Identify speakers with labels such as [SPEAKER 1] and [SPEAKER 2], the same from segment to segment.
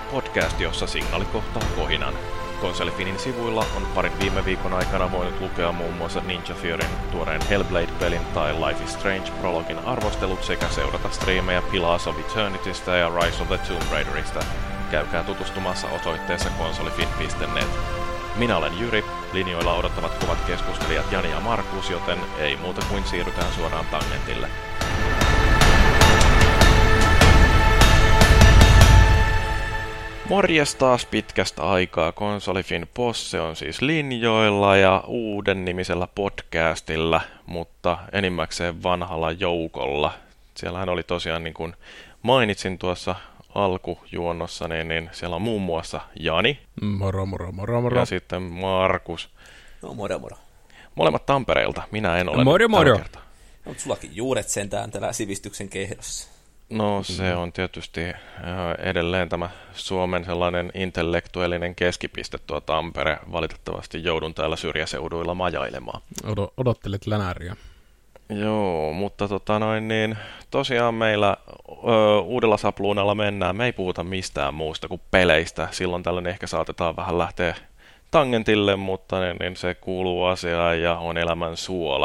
[SPEAKER 1] podcast, jossa signaali kohtaa kohinan. Konsolifinin sivuilla on parin viime viikon aikana voinut lukea muun muassa Ninja Theoryn tuoreen Hellblade-pelin tai Life is Strange Prologin arvostelut sekä seurata striimejä Pillars of Eternitystä ja Rise of the Tomb Raiderista. Käykää tutustumassa osoitteessa konsolifin.net. Minä olen Jyri, linjoilla odottavat kovat keskustelijat Jani ja Markus, joten ei muuta kuin siirrytään suoraan tangentille. Morjes taas pitkästä aikaa. Konsolifin Posse on siis linjoilla ja uuden nimisellä podcastilla, mutta enimmäkseen vanhalla joukolla. Siellähän oli tosiaan, niin kuin mainitsin tuossa alkujuonnossa, niin siellä on muun muassa Jani.
[SPEAKER 2] Moro, moro, moro, moro.
[SPEAKER 1] Ja sitten Markus.
[SPEAKER 3] No moro, moro.
[SPEAKER 1] Molemmat Tampereelta. Minä en ole
[SPEAKER 2] moro, moro.
[SPEAKER 3] No, sullakin juuret sentään tällä sivistyksen kehdossa.
[SPEAKER 1] No se on tietysti edelleen tämä Suomen sellainen intellektuellinen keskipiste tuo Tampere. Valitettavasti joudun täällä syrjäseuduilla majailemaan.
[SPEAKER 2] Odottelet länäriä.
[SPEAKER 1] Joo, mutta tosiaan meillä uudella sapluunalla mennään. Me ei puhuta mistään muusta kuin peleistä. Silloin tällöin ehkä saatetaan vähän lähteä tangentille, mutta niin se kuuluu asiaan ja on elämän suola.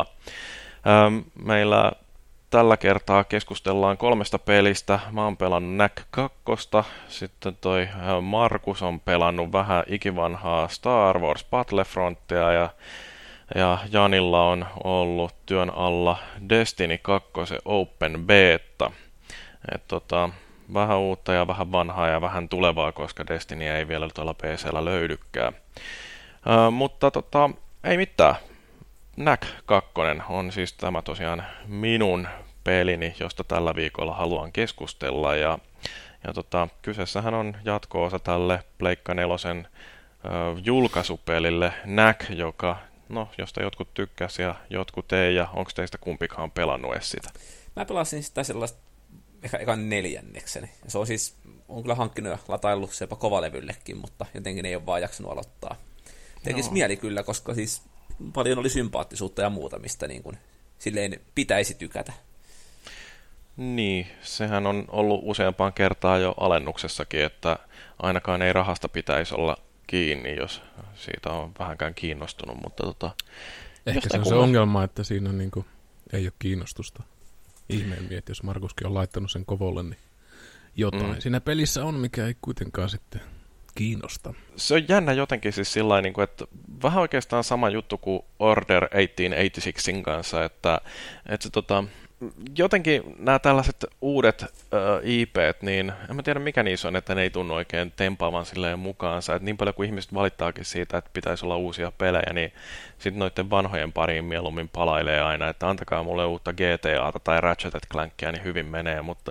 [SPEAKER 1] Meillä tällä kertaa keskustellaan 3 pelistä. Mä oon pelannut Knack 2, sitten toi Markus on pelannut vähän ikivanhaa Star Wars Battlefrontia ja Janilla on ollut työn alla Destiny 2 Open Beta. Vähän uutta ja vähän vanhaa ja vähän tulevaa, koska Destiny ei vielä tuolla PC:llä löydykään. Mutta ei mitään. Knack 2 on siis tämä tosiaan minun pelini, josta tällä viikolla haluan keskustella. Ja kyseessähän on jatko-osa tälle Pleikka 4 julkaisupelille Knack, josta jotkut tykkäsi ja jotkut ei. Ja onko teistä kumpikaan pelannut edes sitä?
[SPEAKER 3] Mä pelasin sitä sellaista ehkä 4. Se on kyllä hankkinut ja lataillut se jopa kovalevyllekin, mutta jotenkin ei ole vaan jaksanut aloittaa. Tekisi mieli kyllä, koska siis paljon oli sympaattisuutta ja muuta, mistä niin kuin silleen pitäisi tykätä.
[SPEAKER 1] Niin, sehän on ollut useampaan kertaa jo alennuksessakin, että ainakaan ei rahasta pitäisi olla kiinni, jos siitä on vähänkään kiinnostunut. Mutta
[SPEAKER 2] ehkä se on se ongelma, että siinä niin kuin ei ole kiinnostusta. Ihmeen mieti, jos Markuskin on laittanut sen kovolle, niin jotain siinä pelissä on, mikä ei kuitenkaan sitten kiinnosta.
[SPEAKER 1] Se on jännä jotenkin siis sillain, että vähän oikeastaan sama juttu kuin Order 1886 kanssa, että jotenkin nämä tällaiset uudet IP:t, niin en mä tiedä mikä niissä on, että ne ei tunnu oikein tempaavan silleen mukaansa, että niin paljon kuin ihmiset valittaakin siitä, että pitäisi olla uusia pelejä, niin sitten noiden vanhojen pariin mieluummin palailee aina, että antakaa mulle uutta GTAta tai Ratchet & Clankia, niin hyvin menee, mutta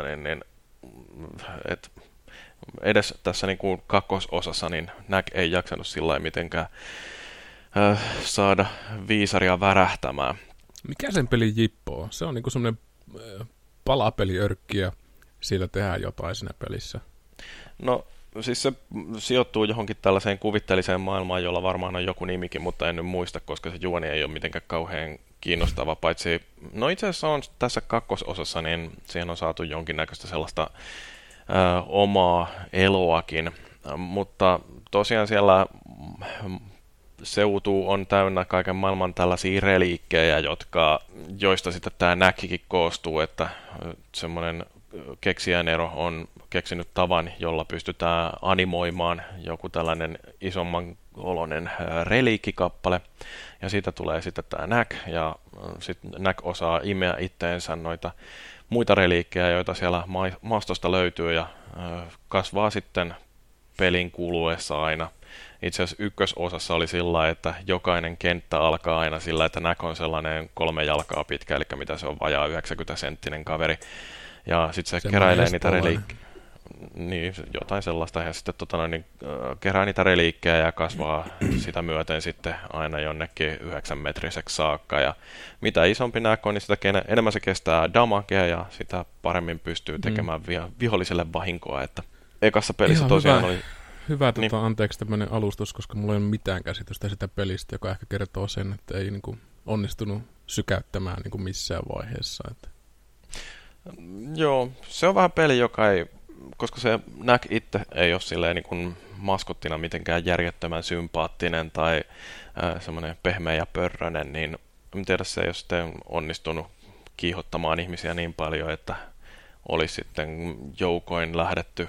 [SPEAKER 1] edes tässä niin kuin kakkososassa niin Knack ei jaksanut sillä lailla mitenkään saada viisaria värähtämään.
[SPEAKER 2] Mikä sen pelin jippo on? Se on niin kuin semmoinen palapeliörkki ja siellä tehdään jotain siinä pelissä.
[SPEAKER 1] No siis se sijoittuu johonkin tällaiseen kuvitteelliseen maailmaan, jolla varmaan on joku nimikin, mutta en nyt muista, koska se juoni ei ole mitenkään kauhean kiinnostava. Paitsi, no itse asiassa on tässä kakkososassa, niin siihen on saatu jonkinnäköistä sellaista omaa eloakin, mutta tosiaan siellä seutu on täynnä kaiken maailman tällaisia reliikkejä, joista sitten tämä Knackkin koostuu, että semmoinen keksijänero on keksinyt tavan, jolla pystytään animoimaan joku tällainen isomman oloinen reliikkikappale, ja siitä tulee sitten tämä Knack, ja sitten Knack osaa imeä itteensä noita muita reliikkejä, joita siellä maastosta löytyy ja kasvaa sitten pelin kuluessa aina. Itse asiassa ykkösosassa oli sillä, että jokainen kenttä alkaa aina sillä, että Knack on sellainen 3 jalkaa pitkä, eli mitä se on, vajaa 90-senttinen kaveri. Ja sitten se keräilee niitä reliikkejä. Niin, jotain sellaista. Ja sitten kerää niitä reliikkejä ja kasvaa sitä myöten sitten aina jonnekin 9-metriseksi saakka. Ja mitä isompi Knack on, niin sitä enemmän se kestää damagea ja sitä paremmin pystyy tekemään viholliselle vahinkoa. Että ekassa pelissä
[SPEAKER 2] ihan
[SPEAKER 1] tosiaan
[SPEAKER 2] hyvä.
[SPEAKER 1] oli...
[SPEAKER 2] Hyvä, anteeksi tämmöinen alustus, koska mulla ei ole mitään käsitystä sitä pelistä, joka ehkä kertoo sen, että ei niin kuin onnistunut sykäyttämään niin kuin missään vaiheessa. Että.
[SPEAKER 1] Joo, se on vähän peli, joka ei koska se NAC itse ei ole silleen niin kuin maskottina mitenkään järjettömän sympaattinen tai semmoinen pehmeä ja pörrönen, niin en tiedä, se ei ole sitten onnistunut kiihottamaan ihmisiä niin paljon, että olisi sitten joukoin lähdetty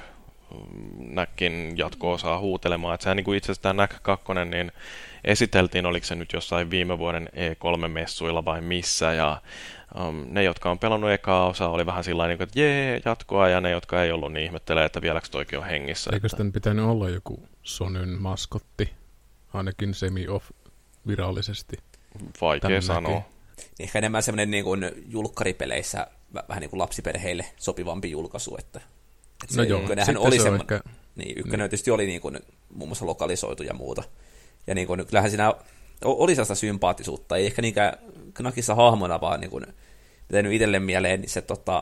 [SPEAKER 1] NACin jatko-osaa huutelemaan. Että sehän niin kuin itse asiassa tämä NAC 2 niin esiteltiin, oliko se nyt jossain viime vuoden E3-messuilla vai missä, ja ne, jotka on pelannut ekaa osaa, oli vähän sillä tavalla, että jee, jatkoa, ja ne, jotka ei ollut, niin ihmettelee, että vieläkö toikin on hengissä.
[SPEAKER 2] Eikö sitten pitänyt olla joku Sonyn maskotti, ainakin semi-off-virallisesti?
[SPEAKER 1] Vaikea sanoa.
[SPEAKER 3] Ehkä enemmän semmoinen niin kuin julkkaripeleissä vähän niin kuin lapsiperheille sopivampi julkaisu, että
[SPEAKER 2] no joo,
[SPEAKER 3] ykkönenhän oli
[SPEAKER 2] se ehkä...
[SPEAKER 3] Niin, ykkönen tietysti oli niin kuin, muun muassa lokalisoitu ja muuta. Ja niin kuin, kyllähän siinä oli sellaista sympaattisuutta, ei ehkä niinkään Knackissa hahmona, vaan niin kuin, pitänyt itselle mieleen niin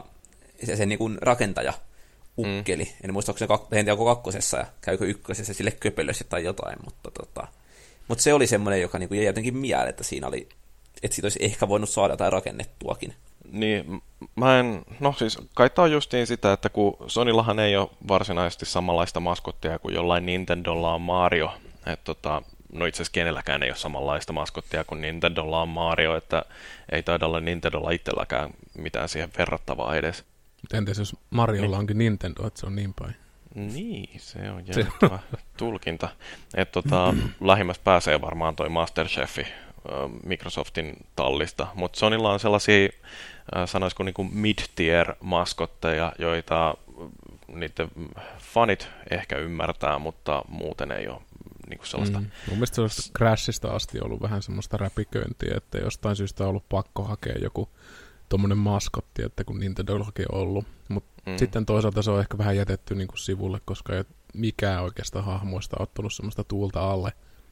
[SPEAKER 3] se niin kuin rakentaja ukkeli. En muista, onko kakkosessa ja käykö ykkösessä sille köpelössä tai jotain, mutta se oli semmoinen, joka niin kuin jäi jotenkin mieleen, että siinä oli, että siitä olisi ehkä voinut saada jotain rakennettuakin.
[SPEAKER 1] Niin, siis kai tämä on justiin sitä, että kun Sonyllahan ei ole varsinaisesti samanlaista maskottia kuin jollain Nintendolla on Mario, että no itse asiassa kenelläkään ei ole samanlaista maskottia kuin Nintendolla on Mario, että ei taida olla Nintendolla itselläkään mitään siihen verrattavaa edes.
[SPEAKER 2] Entäs jos Mariolla onkin Nintendo, että se on niin päin?
[SPEAKER 1] Niin, se on jännittävä tulkinta. Että lähimmässä pääsee varmaan toi MasterChefi Microsoftin tallista, mutta Sonylla on sellaisia, sanoisiko niin kuin mid-tier-maskotteja, joita niiden fanit ehkä ymmärtää, mutta muuten ei ole niin kuin sellaista.
[SPEAKER 2] Mun mielestä sellaista Crashista asti ollut vähän semmoista räpiköintiä, että jostain syystä on ollut pakko hakea joku tommonen maskotti, että kun Nintendollakin on ollut. Mutta sitten toisaalta se on ehkä vähän jätetty niin kuin sivulle, koska ei mikään oikeastaan hahmoista ottanut semmoista tuulta alle.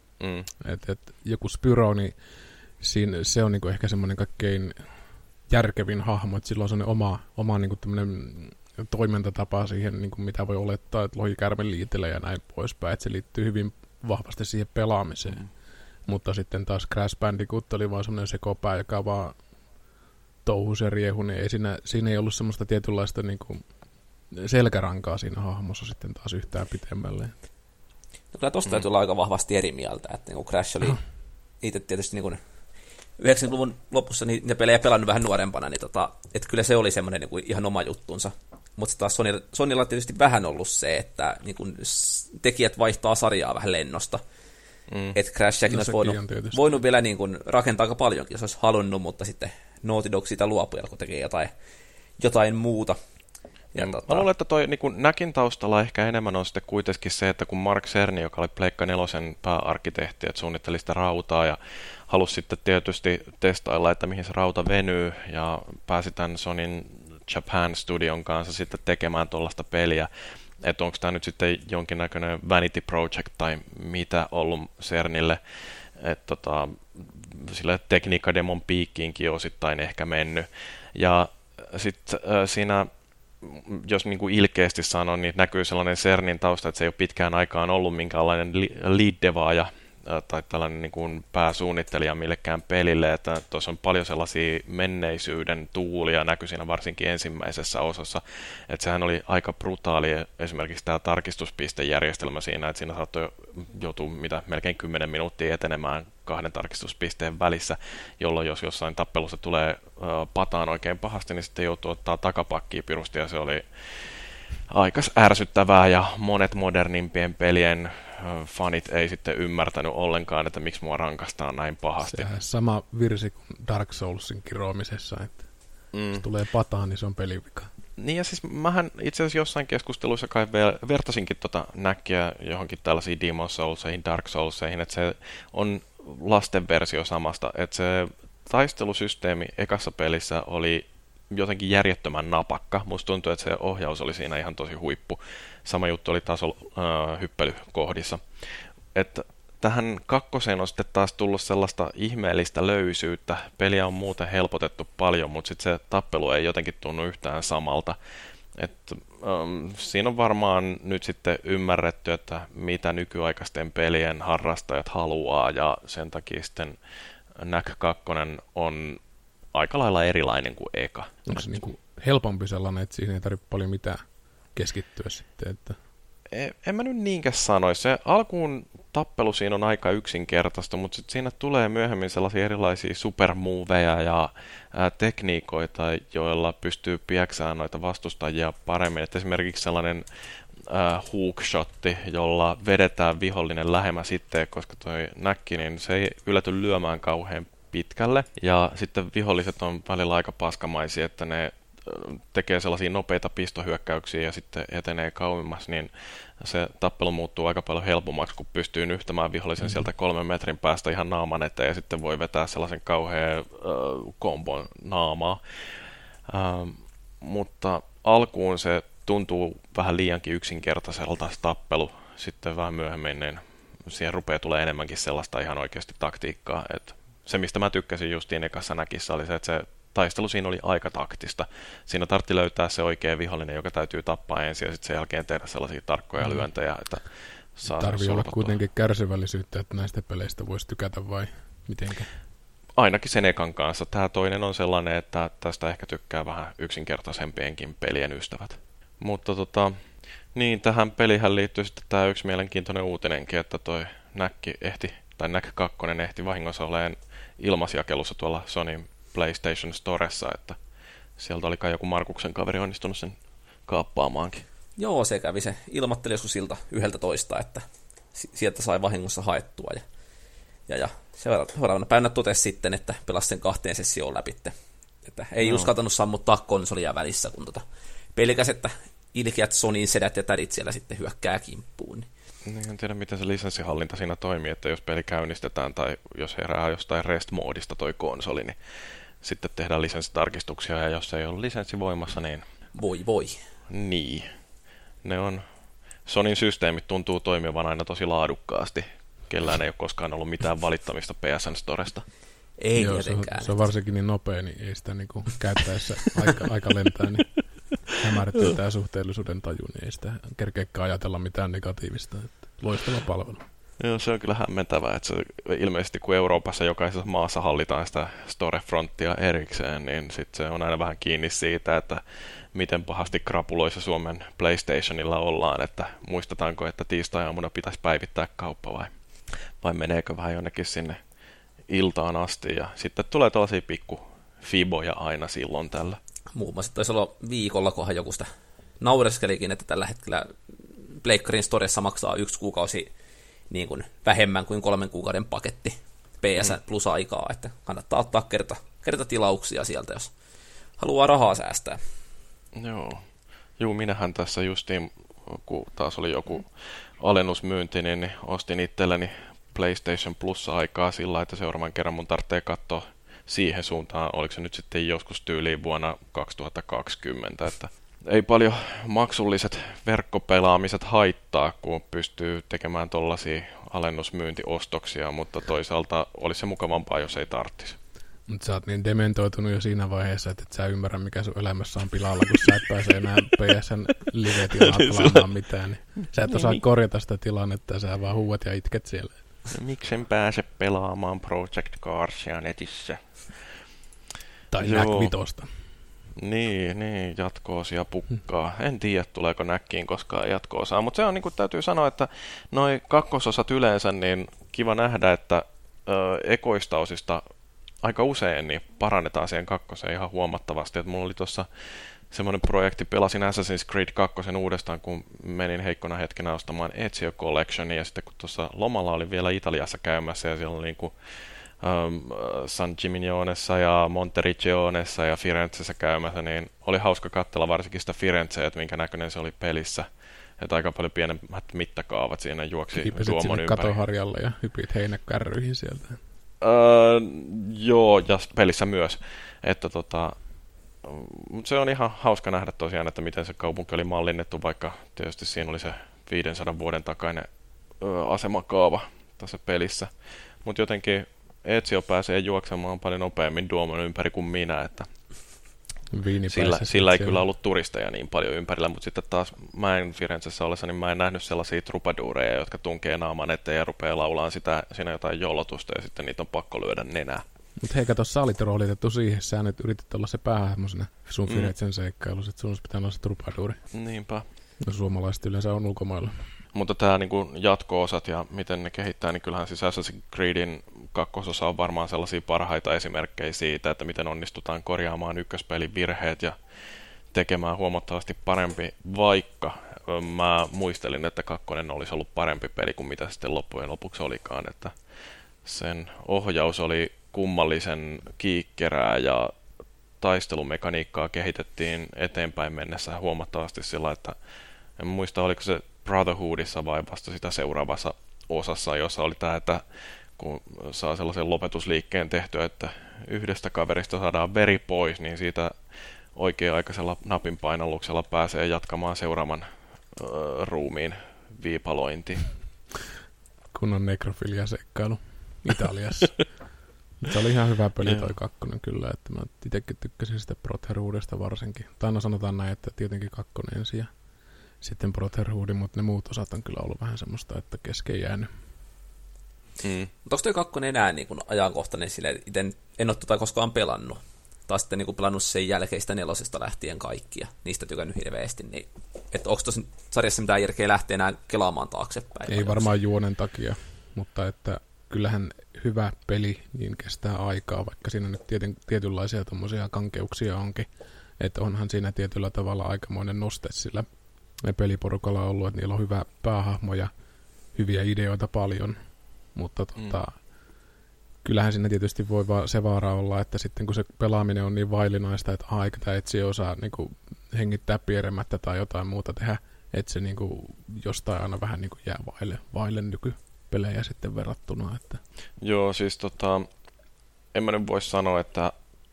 [SPEAKER 2] Et joku Spyro, niin se on niinku ehkä semmoinen kaikkein järkevin hahmo, että sillä on semmoinen oma niinku toimintatapa siihen, niinku mitä voi olettaa, että lohikärme liitelee ja näin poispäin, että se liittyy hyvin vahvasti siihen pelaamiseen. Mutta sitten taas Crash Bandicoot oli vaan semmoinen sekopää, joka vaan touhus ja riehu, niin siinä ei ollut semmoista tietynlaista niinku selkärankaa siinä hahmossa sitten taas yhtään pitemmälle.
[SPEAKER 3] No kyllä tosta täytyy olla aika vahvasti eri mieltä, että niin Crash oli itse tietysti niin 90-luvun lopussa niitä pelejä pelannut vähän nuorempana, niin että kyllä se oli semmoinen niin kuin ihan oma juttunsa. Mutta taas Sonylla on tietysti vähän ollut se, että niin kuin tekijät vaihtaa sarjaa vähän lennosta. Että Crashiakin olisi voinut vielä niin kuin rakentaa aika paljonkin, jos olisi halunnut, mutta sitten Naughty Dog siitä luopui, kun tekee jotain muuta.
[SPEAKER 1] Mä luulen, että toi niin NACin taustalla ehkä enemmän on sitten kuitenkin se, että kun Mark Cerny, joka oli Pleikka 4:n pääarkkitehti, että suunnitteli sitä rautaa ja halusi sitten tietysti testailla, että mihin se rauta venyy, ja pääsi tämän Sonyn Japan-studion kanssa sitten tekemään tuollaista peliä. Että onko tämä nyt sitten jonkinnäköinen vanity project tai mitä ollut Cernille, että sille tekniikkademon piikkiinkin osittain ehkä mennyt. Ja sitten siinä, jos niin kuin ilkeästi sanon, niin näkyy sellainen Cernin tausta, että se ei ole pitkään aikaan ollut minkäänlainen lead-devaaja tai tällainen niin kuin pääsuunnittelija millekään pelille, että tuossa on paljon sellaisia menneisyyden tuulia, näkyy siinä varsinkin ensimmäisessä osassa, että sehän oli aika brutaali esimerkiksi tämä tarkistuspistejärjestelmä siinä, että siinä saattoi joutua melkein 10 minuuttia etenemään 2 tarkistuspisteen välissä, jolloin jos jossain tappelussa tulee pataan oikein pahasti, niin sitten joutuu ottaa takapakkia pirusti, ja se oli aika ärsyttävää, ja monet modernimpien pelien fanit ei sitten ymmärtänyt ollenkaan, että miksi mua rankastaa näin pahasti.
[SPEAKER 2] Sehän sama virsi kuin Dark Soulsin kiroamisessa, että jos tulee pataan, niin se on pelivika.
[SPEAKER 1] Niin, ja siis mähän itse asiassa jossain keskusteluissa kai vertasinkin NACia johonkin tällaisiin Demon Soulseihin, Dark Soulseihin, että se on lasten versio samasta, että se taistelusysteemi ekassa pelissä oli jotenkin järjettömän napakka. Musta tuntuu, että se ohjaus oli siinä ihan tosi huippu. Sama juttu oli taas hyppelykohdissa. Että tähän kakkoseen on sitten taas tullut sellaista ihmeellistä löysyyttä. Peliä on muuten helpotettu paljon, mutta sitten se tappelu ei jotenkin tunnu yhtään samalta. Siinä on varmaan nyt sitten ymmärretty, että mitä nykyaikaisten pelien harrastajat haluaa, ja sen takia sitten NAC 2 on aika lailla erilainen kuin eka.
[SPEAKER 2] Onko se niin kuin helpompi sellainen, että siinä ei tarvitse paljon mitään keskittyä sitten, että...
[SPEAKER 1] En mä nyt niinkään sanoisi. Se alkuun tappelu siinä on aika yksinkertaista, mutta sit siinä tulee myöhemmin sellaisia erilaisia supermoveja ja tekniikoita, joilla pystyy pieksään noita vastustajia paremmin. Et esimerkiksi sellainen hookshot, jolla vedetään vihollinen lähemmä sitten, koska toi näkki, niin se ei ylety lyömään kauhean pitkälle. Ja sitten viholliset on välillä aika paskamaisia, että ne tekee sellaisia nopeita pistohyökkäyksiä ja sitten etenee kauemmas, niin se tappelu muuttuu aika paljon helpommaksi, kun pystyy nyhtämään vihollisen sieltä 3 metrin päästä ihan naaman eteen ja sitten voi vetää sellaisen kauhean kombon naamaa. Mutta alkuun se tuntuu vähän liiankin yksinkertaiselta tappelu. Sitten vähän myöhemmin niin siihen rupeaa tulee enemmänkin sellaista ihan oikeasti taktiikkaa. Et se, mistä mä tykkäsin justiin ekassa näkissä, oli se, että se taistelu siinä oli aika taktista. Siinä tarvitsi löytää se oikea vihollinen, joka täytyy tappaa ensin ja sitten sen jälkeen tehdä sellaisia tarkkoja lyöntejä, että saa
[SPEAKER 2] tarvii olla kuitenkin kärsivällisyyttä, että näistä peleistä voisi tykätä vai mitenkä?
[SPEAKER 1] Ainakin sen ekan kanssa. Tämä toinen on sellainen, että tästä ehkä tykkää vähän yksinkertaisempienkin pelien ystävät. Mutta niin, tähän pelihän liittyy sitten tämä yksi mielenkiintoinen uutinenkin, että toi Knack 2 ehti vahingossa olemaan ilmaisjakelussa tuolla Sonyn PlayStation Storessa, että sieltä oli kai joku Markuksen kaveri onnistunut sen kaappaamaankin.
[SPEAKER 3] Joo, se kävi. Se ilmoitteli joskus siltä 11, että sieltä sai vahingossa haettua. Ja seuraavana päivänä totesi sitten, että pelasi sen 2 sessioon läpi. Että ei uskaltanut sammuttaa konsolia välissä, kun pelkäs, että ilkeät Sonyin sedät ja tädit siellä sitten hyökkää kimppuun.
[SPEAKER 1] En tiedä, miten se lisenssihallinta siinä toimii, että jos peli käynnistetään tai jos herää jostain rest-moodista toi konsoli, niin sitten tehdään lisenssitarkistuksia, ja jos ei ole lisenssi voimassa, niin...
[SPEAKER 3] Voi.
[SPEAKER 1] Niin. Sonyn systeemit tuntuu toimivan aina tosi laadukkaasti. Kellään ei ole koskaan ollut mitään valittamista PSN Storesta.
[SPEAKER 3] Ei tietenkään.
[SPEAKER 2] Se on varsinkin niin nopea, niin ei sitä niinku käyttäessä aika lentää, niin hämärtyy tämä suhteellisuuden taju, niin ei sitä kerkeäkään ajatella mitään negatiivista. Että loistava palvelu.
[SPEAKER 1] Joo, se on kyllä hämmentävää, että se, ilmeisesti kun Euroopassa jokaisessa maassa hallitaan sitä storefronttia erikseen, niin sitten se on aina vähän kiinni siitä, että miten pahasti krapuloissa Suomen PlayStationilla ollaan, että muistetaanko, että tiistai-aamuna pitäisi päivittää kauppa vai meneekö vähän jonnekin sinne iltaan asti, ja sitten tulee tällaisia pikku fiboja aina silloin tällä.
[SPEAKER 3] Muun muassa taisi olla viikolla, kunhan joku sitä naureskelikin, että tällä hetkellä Pleikkarin Storessa maksaa 1 kuukausi niin kuin vähemmän kuin 3 kuukauden paketti PS plus aikaa, että kannattaa ottaa kertatilauksia sieltä, jos haluaa rahaa säästää. Joo, minähän tässä justiin, kun taas oli joku alennusmyynti, niin ostin itselleni PlayStation Plus-aikaa sillä, että seuraavan kerran mun tarvitsee katsoa siihen suuntaan, oliko se nyt sitten joskus tyyliin vuonna 2020, että ei paljon maksulliset verkkopelaamiset haittaa, kun pystyy tekemään tollaisia alennusmyyntiostoksia, mutta toisaalta olisi se mukavampaa, jos ei tarvitsisi.
[SPEAKER 2] Mutta sä oot niin dementoitunut jo siinä vaiheessa, että et sä ymmärrä, mikä sun elämässä on pilalla, kun sä et pääse enää PSN live-tilaa pelaamaan mitään. Niin sä et osaa korjata sitä tilannetta ja sä vaan huuat ja itket siellä.
[SPEAKER 1] Miksen pääse pelaamaan Project Carsia netissä?
[SPEAKER 2] Tai Knack 5.
[SPEAKER 1] Niin, jatko-osia pukkaa. En tiedä, tuleeko Knackiin koskaan jatko-osaa, mutta se on, niin kuin täytyy sanoa, että noi kakkososat yleensä, niin kiva nähdä, että ekoista osista aika usein niin parannetaan siihen kakkoseen ihan huomattavasti. Et mulla oli tuossa semmoinen projekti, pelasin Assassin's Creed 2 uudestaan, kun menin heikkona hetkenä ostamaan Ezio Collectionia, ja sitten kun tuossa lomalla olin vielä Italiassa käymässä, ja siellä oli niin kuin San Gimignonessa ja Monteriggionnessa ja Firenzessä käymässä, niin oli hauska katsella varsinkin sitä Firenzeä, että minkä näköinen se oli pelissä. Että aika paljon pienemmät mittakaavat siinä juoksi Duomon ympäri.
[SPEAKER 2] Katoharjalle ja hypit heinäkärryihin sieltä.
[SPEAKER 1] Joo, ja pelissä myös. Että se on ihan hauska nähdä tosiaan, että miten se kaupunki oli mallinnettu, vaikka tietysti siinä oli se 500 vuoden takainen asemakaava tässä pelissä. Mutta jotenkin Ezio pääsee juoksemaan paljon nopeammin Duomon ympäri kuin minä, että sillä ei kyllä ollut turisteja niin paljon ympärillä, mutta sitten taas mä en Firenzessä ollessa, niin mä en nähnyt sellaisia trubadureja, jotka tunkee naaman eteen ja rupeaa laulaan siinä jotain jollotusta ja sitten niitä on pakko lyödä nenää.
[SPEAKER 2] Mutta hei, kato, sä olit roolitettu siihen, sä nyt yritit olla se päähahmosena sun Firenzen seikkailussa, että sun olisi pitänyt olla se trubaduri.
[SPEAKER 1] Niinpä.
[SPEAKER 2] No, suomalaiset yleensä on ulkomailla.
[SPEAKER 1] Mutta tämä niin jatko-osat ja miten ne kehittää, niin kyllähän siis Assassin's Creedin kakkososa on varmaan sellaisia parhaita esimerkkejä siitä, että miten onnistutaan korjaamaan ykköspelin virheet ja tekemään huomattavasti parempi, vaikka mä muistelin, että kakkonen olisi ollut parempi peli kuin mitä sitten loppujen lopuksi olikaan, että sen ohjaus oli kummallisen kiikkerää ja taistelumekaniikkaa kehitettiin eteenpäin mennessä huomattavasti sillä, että en muista oliko se Brotherhoodissa vai vasta sitä seuraavassa osassa, jossa oli tämä, että kun saa sellaisen lopetusliikkeen tehtyä, että yhdestä kaverista saadaan veri pois, niin siitä oikea-aikaisella napinpainalluksella pääsee jatkamaan seuraavan ruumiin viipalointi.
[SPEAKER 2] Kunnon nekrofilia-seikkailu Italiassa. Se oli ihan hyvä peli toi kakkonen kyllä, että mä itsekin tykkäsin sitä Brotherhoodista varsinkin. Tai no sanotaan näin, että tietenkin kakkonen ensin ja sitten Brotherhood, mutta ne muut osat on kyllä ollut vähän semmoista, että kesken jäänyt.
[SPEAKER 3] Mutta onko toi kakkonen enää niin kuin ajankohtainen silleen, en ole tota koskaan pelannut. Tai sitten niin kuin pelannut sen jälkeistä 4 lähtien kaikkia. Niistä tykännyt hirveästi. Niin, että onko tuossa sarjassa mitään järkeä lähteä enää kelaamaan taaksepäin?
[SPEAKER 2] Ei varmaan juonen takia, mutta että kyllähän hyvä peli niin kestää aikaa, vaikka siinä nyt tietynlaisia tommosia kankeuksia onkin. Että onhan siinä tietyllä tavalla aikamoinen noste sillä peliporukalla on ollut, että niillä on hyvä päähahmo ja hyviä ideoita paljon, mutta kyllähän siinä tietysti voi se vaara olla, että sitten kun se pelaaminen on niin vaillinaista, että eikä tämä etsijä osaa niin kuin hengittää pieremättä tai jotain muuta tehdä, että se niin kuin jostain aina vähän niin kuin jää vaille nykypelejä sitten verrattuna. Että.
[SPEAKER 1] Joo, siis en mä nyt voi sanoa, että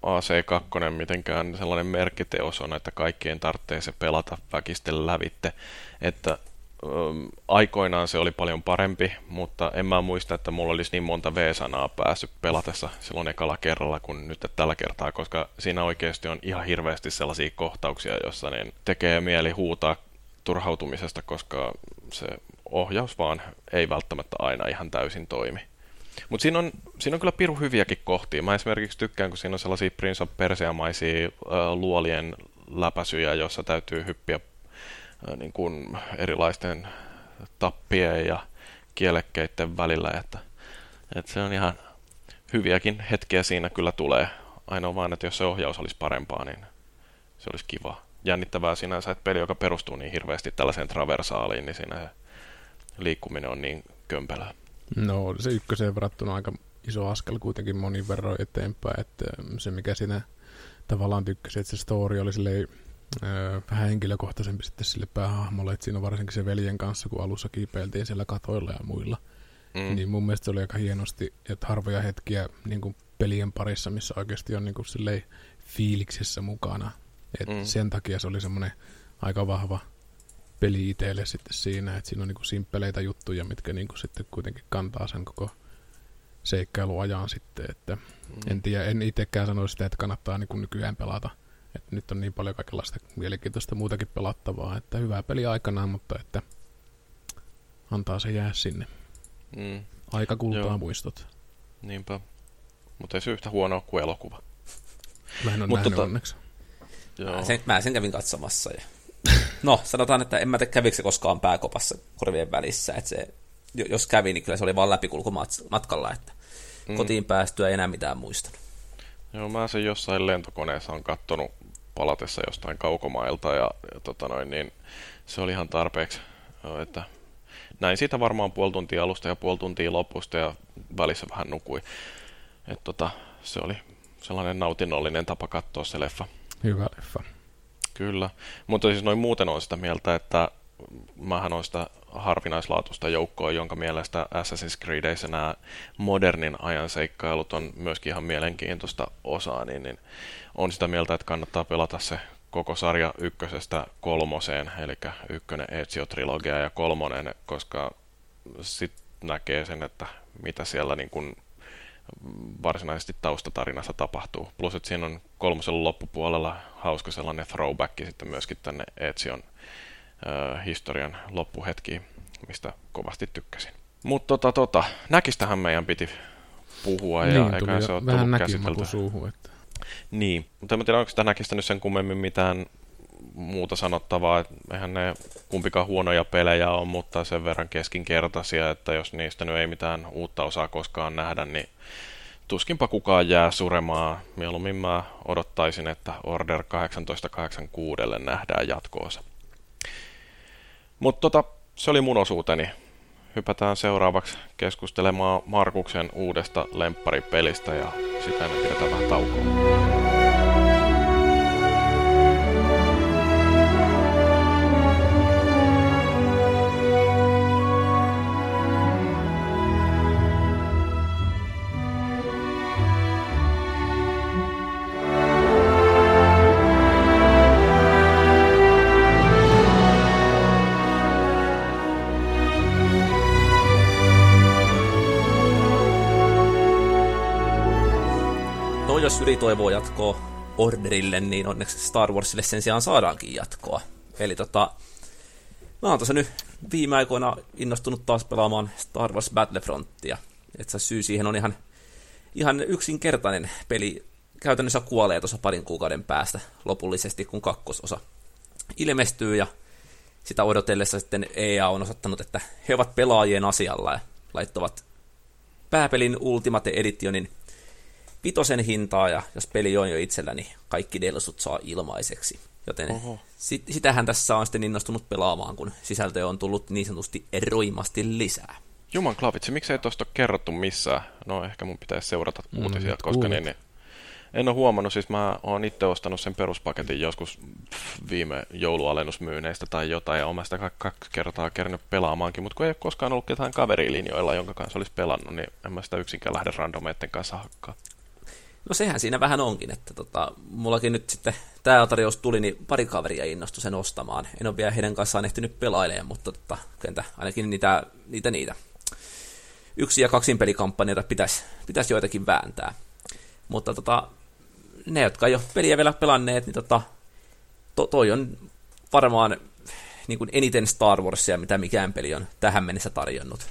[SPEAKER 1] AC2 mitenkään sellainen merkkiteos on, että kaikkien tarvitsee se pelata väkisten lävitte, että aikoinaan se oli paljon parempi, mutta en mä muista, että mulla olisi niin monta V-sanaa päässyt pelatessa silloin ekalla kerralla kuin nyt tällä kertaa, koska siinä oikeasti on ihan hirveästi sellaisia kohtauksia, joissa niin tekee mieli huutaa turhautumisesta, koska se ohjaus vaan ei välttämättä aina ihan täysin toimi. Mutta siinä on kyllä pirun hyviäkin kohtia. Mä esimerkiksi tykkään, kun siinä on sellaisia Prince of Persia-maisia luolien läpäisyjä, joissa täytyy hyppiä niin kuin erilaisten tappien ja kielekkeiden välillä. Että se on ihan hyviäkin hetkiä siinä kyllä tulee. Ainoa vaan, että jos se ohjaus olisi parempaa, niin se olisi kiva. Jännittävää sinänsä, että peli, joka perustuu niin hirveästi tällaiseen traversaaliin, niin siinä liikkuminen on niin kömpelää.
[SPEAKER 2] No se ykköseen verrattuna aika iso askel kuitenkin monin verran eteenpäin, että se mikä siinä tavallaan tykkäsi, että se story oli silleen, vähän henkilökohtaisempi sitten sille päähahmolle, että siinä on varsinkin se veljen kanssa, kun alussa kiipeiltiin siellä katoilla ja muilla, niin mun mielestä se oli aika hienosti, että harvoja hetkiä niin kuin pelien parissa, missä oikeasti on niin kuin silleen fiiliksissä mukana, että sen takia se oli semmoinen aika vahva peli itselle sitten siinä, että siinä on niinku simppeleitä juttuja, mitkä niinku sitten kuitenkin kantaa sen koko seikkailuajan sitten, että en tiedä, en itsekään sano sitä, että kannattaa niinku nykyään pelata, että nyt on niin paljon kaikenlaista mielenkiintoista muutakin pelattavaa, että hyvää peli aikanaan, mutta että antaa se jää sinne. Aika kultaa muistot.
[SPEAKER 1] Niinpä, mutta ei se yhtä huonoa kuin elokuva.
[SPEAKER 2] Mä en ole nähnyt onneksi.
[SPEAKER 3] Joo. Mä sen kävin katsomassa ja no, sanotaan, että en mä tiedä kävikö se koskaan pääkopassa korvien välissä, että se, jos kävi, niin kyllä se oli vaan läpikulkumatkalla, että kotiin päästyä ei enää mitään muistanut.
[SPEAKER 1] Joo, mä sen jossain lentokoneessa on kattonut palatessa jostain kaukomailta ja niin se oli ihan tarpeeksi, että näin siitä varmaan puoli tuntia alusta ja puoli tuntia lopusta ja välissä vähän nukui. Että se oli sellainen nautinnollinen tapa katsoa se leffa.
[SPEAKER 2] Hyvä leffa.
[SPEAKER 1] Kyllä, mutta siis noin muuten on sitä mieltä, että mähän on sitä harvinaislaatuista joukkoa, jonka mielestä Assassin's Creedissä nämä modernin ajan seikkailut on myöskin ihan mielenkiintoista osaa, niin on sitä mieltä, että kannattaa pelata se koko sarja 1-3, eli 1 Ezio-trilogia ja 3, koska sitten näkee sen, että mitä siellä niin kuin varsinaisesti taustatarinassa tapahtuu. Plus, että siinä on 3 loppupuolella hauska sellainen throwback sitten myöskin tänne Ezion historian loppuhetkiin, mistä kovasti tykkäsin. Mutta Näkistähän meidän piti puhua
[SPEAKER 2] niin,
[SPEAKER 1] ja eikä se ole
[SPEAKER 2] vähän
[SPEAKER 1] tullut käsiteltyä.
[SPEAKER 2] suuhun, että.
[SPEAKER 1] Niin, mutta en tiedä, onko sitä Näkistä nyt sen kummemmin mitään muuta sanottavaa, että eihän ne kumpikaan huonoja pelejä on, mutta sen verran keskinkertaisia, että jos niistä nyt ei mitään uutta osaa koskaan nähdä, niin tuskinpa kukaan jää suremaan. Mieluummin mä odottaisin, että Order 1886 nähdään jatkoosa. Mutta se oli mun osuuteni. Hypätään seuraavaksi keskustelemaan Markuksen uudesta lempparipelistä ja sitä ennen pidetään vähän taukoa.
[SPEAKER 3] Jos Yri toivoo jatkoa Orderille, niin onneksi Star Warsille sen sijaan saadaankin jatkoa. Eli mä oon tässä nyt viime aikoina innostunut taas pelaamaan Star Wars Battlefrontia. Että syy siihen on ihan yksinkertainen peli. Käytännössä kuolee tuossa parin kuukauden päästä lopullisesti, kun kakkososa ilmestyy. Ja sitä odotellessa sitten EA on osoittanut, että he ovat pelaajien asialla ja laittavat pääpelin Ultimate Editionin 5 hintaa, ja jos peli on jo itsellä, niin kaikki delsut saa ilmaiseksi. Joten sitähän tässä on sitten innostunut pelaamaan, kun sisältöä on tullut niin sanotusti roimasti lisää.
[SPEAKER 1] Juman klavitsi, miksei tuosta ole kerrottu missään? No ehkä mun pitäisi seurata uutisia, koska niin, en ole huomannut, siis mä oon itse ostanut sen peruspaketin joskus viime joulualennusmyyneistä tai jotain, ja oon sitä 2 kertaa kerännyt pelaamaankin, mutta kun ei ole koskaan ollut ketään kaverilinjoilla, jonka kanssa olisi pelannut, niin en mä sitä yksinkään lähde randomeitten kanssa hakkaan.
[SPEAKER 3] No sehän siinä vähän onkin, että mullakin nyt sitten tämä tarjous tuli, niin pari kaveria innostui sen ostamaan. En ole vielä heidän kanssaan ehtinyt pelailemaan, mutta ainakin niitä 1- ja 2-pelikampanjoita pitäisi joitakin vääntää. Mutta ne, jotka ei ole peliä vielä pelanneet, niin toi on varmaan niin kuin eniten Star Warsia, mitä mikään peli on tähän mennessä tarjonnut.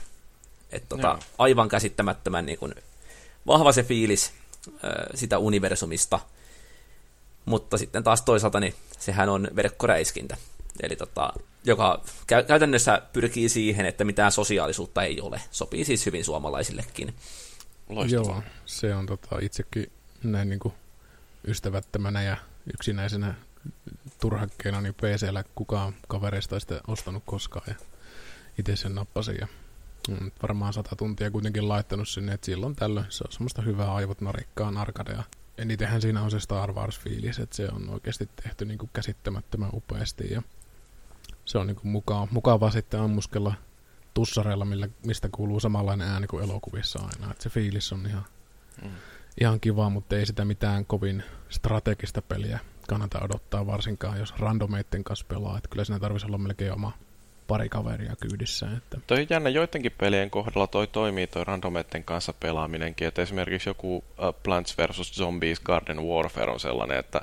[SPEAKER 3] Aivan käsittämättömän niin kuin vahva se fiilis sitä universumista, mutta sitten taas toisaalta niin sehän on verkkoräiskintä, eli joka käytännössä pyrkii siihen, että mitään sosiaalisuutta ei ole. Sopii siis hyvin suomalaisillekin.
[SPEAKER 2] Loistavaa. Joo, se on itsekin näin niin kuin ystävättömänä ja yksinäisenä turhakkeena, niin PC:llä kukaan kavereista ei sitä ostanut koskaan, ja itse sen nappasin, ja varmaan 100 tuntia kuitenkin laittanut sinne, että silloin tällöin se on semmoista hyvää aivot narikkaan arkadea. Enitenhän siinä on se Star Wars-fiilis, että se on oikeasti tehty niin kuin käsittämättömän upeasti, ja se on niin kuin mukava sitten ammuskella tussareilla, mistä kuuluu samanlainen ääni kuin elokuvissa aina. Että se fiilis on ihan kiva, mutta ei sitä mitään kovin strategista peliä kannata odottaa, varsinkaan jos randomeitten kanssa pelaa. Että kyllä siinä tarvitsisi olla melkein oma pari kaveria kyydissä. Että.
[SPEAKER 1] Toi on jännä, joidenkin pelien kohdalla toimii toi randomeitten kanssa pelaaminenkin. Että esimerkiksi joku Plants vs. Zombies Garden Warfare on sellainen, että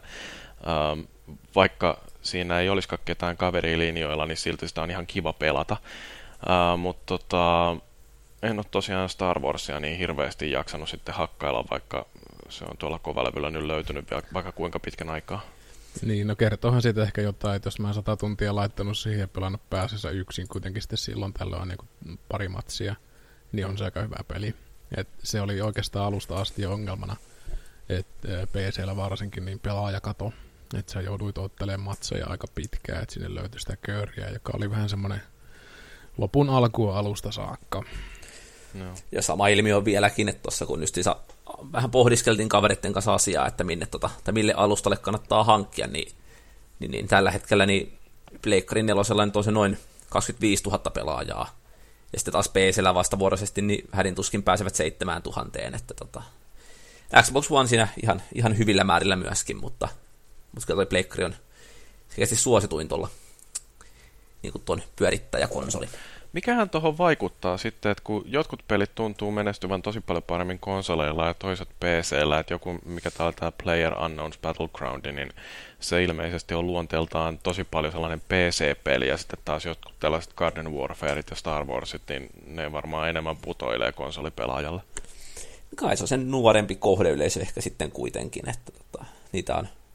[SPEAKER 1] vaikka siinä ei olisikaan ketään kaverilinjoilla, niin silti sitä on ihan kiva pelata. Mutta en ole tosiaan Star Warsia niin hirveästi jaksanut sitten hakkailla, vaikka se on tuolla kovalevyllä nyt löytynyt vaikka kuinka pitkän aikaa.
[SPEAKER 2] Niin, no kertoohan siitä ehkä jotain, että jos mä 100 tuntia laittanut siihen ja pelannut pääsessä yksin kuitenkin sitten silloin tällöin niin pari matsia, niin on se aika hyvä peli. Et se oli oikeastaan alusta asti jo ongelmana, että PC:llä varsinkin niin pelaajakato, että sä jouduit ottelemaan matseja aika pitkään, että sinne löytyi sitä kööriä, joka oli vähän semmoinen lopun alkua alusta saakka.
[SPEAKER 3] No. Ja sama ilmiö on vieläkin, että tuossa kun justiinsa vähän pohdiskeltiin kaveritten kanssa asiaa, että mille alustalle kannattaa hankkia, niin tällä hetkellä niin Pleikkarin 4 on se noin 25 000 pelaajaa. Ja sitten taas PC:llä vastavuoroisesti niin hädin tuskin pääsevät 7 000, että Xbox One siinä ihan hyvillä määrillä myöskin, mutta kyllä toi Pleikkari on selkeästi suosituin tuolla niin kuin tuon pyörittäjäkonsoli.
[SPEAKER 1] Mikähän tuohon vaikuttaa sitten, että kun jotkut pelit tuntuu menestyvän tosi paljon paremmin konsoleilla ja toiset PC:llä, että joku, mikä täällä tämä PlayerUnknown's Battleground, niin se ilmeisesti on luonteeltaan tosi paljon sellainen PC-peli, ja sitten taas jotkut tällaiset Garden Warfareit ja Star Warsit, niin ne varmaan enemmän putoilee konsolipelaajalle.
[SPEAKER 3] Kai se on sen nuorempi kohdeyleisö ehkä sitten kuitenkin, että niitä on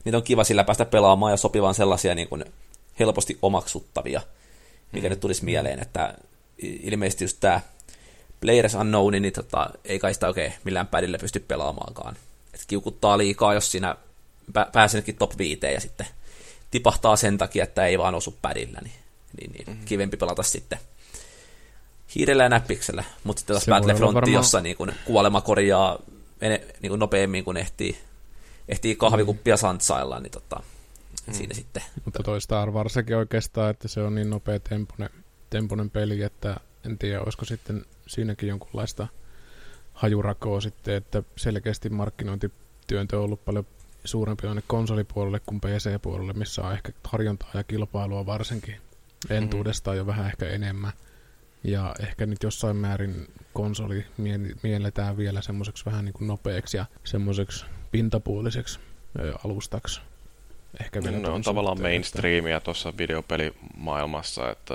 [SPEAKER 3] niitä on kiva sillä päästä pelaamaan ja sopivan sellaisia niin kuin helposti omaksuttavia, mikä nyt tulisi mieleen, että ilmeisesti just tämä Players Unknown, niin ei kai sitä oikein millään padilla pysty pelaamaankaan. Et kiukuttaa liikaa, jos siinä pääsenkin top 5 ja sitten tipahtaa sen takia, että ei vaan osu padilla, niin kivempi pelata sitten hiirellä ja näppiksellä, mutta sitten taas Battlefrontti, jossa niin kun kuolema korjaa niin kun nopeammin, kun ehtii kahvikuppia santsailla, niin siinä sitten.
[SPEAKER 2] Mutta toi Star Warsakin oikeastaan, että se on niin nopea temponen peli, että en tiedä, olisiko sitten siinäkin jonkunlaista hajurakoa sitten, että selkeästi markkinointityöntö on ollut paljon suurempi aina konsolipuolelle kuin PC-puolelle, missä on ehkä tarjontaa ja kilpailua varsinkin entuudestaan jo vähän ehkä enemmän. Ja ehkä nyt jossain määrin konsoli mielletään vielä semmoiseksi vähän niin kuin nopeaksi ja semmoiseksi pintapuoliseksi alustaksi. Ehkä vielä
[SPEAKER 1] ne on tavallaan mainstreamia tuossa videopelimaailmassa, että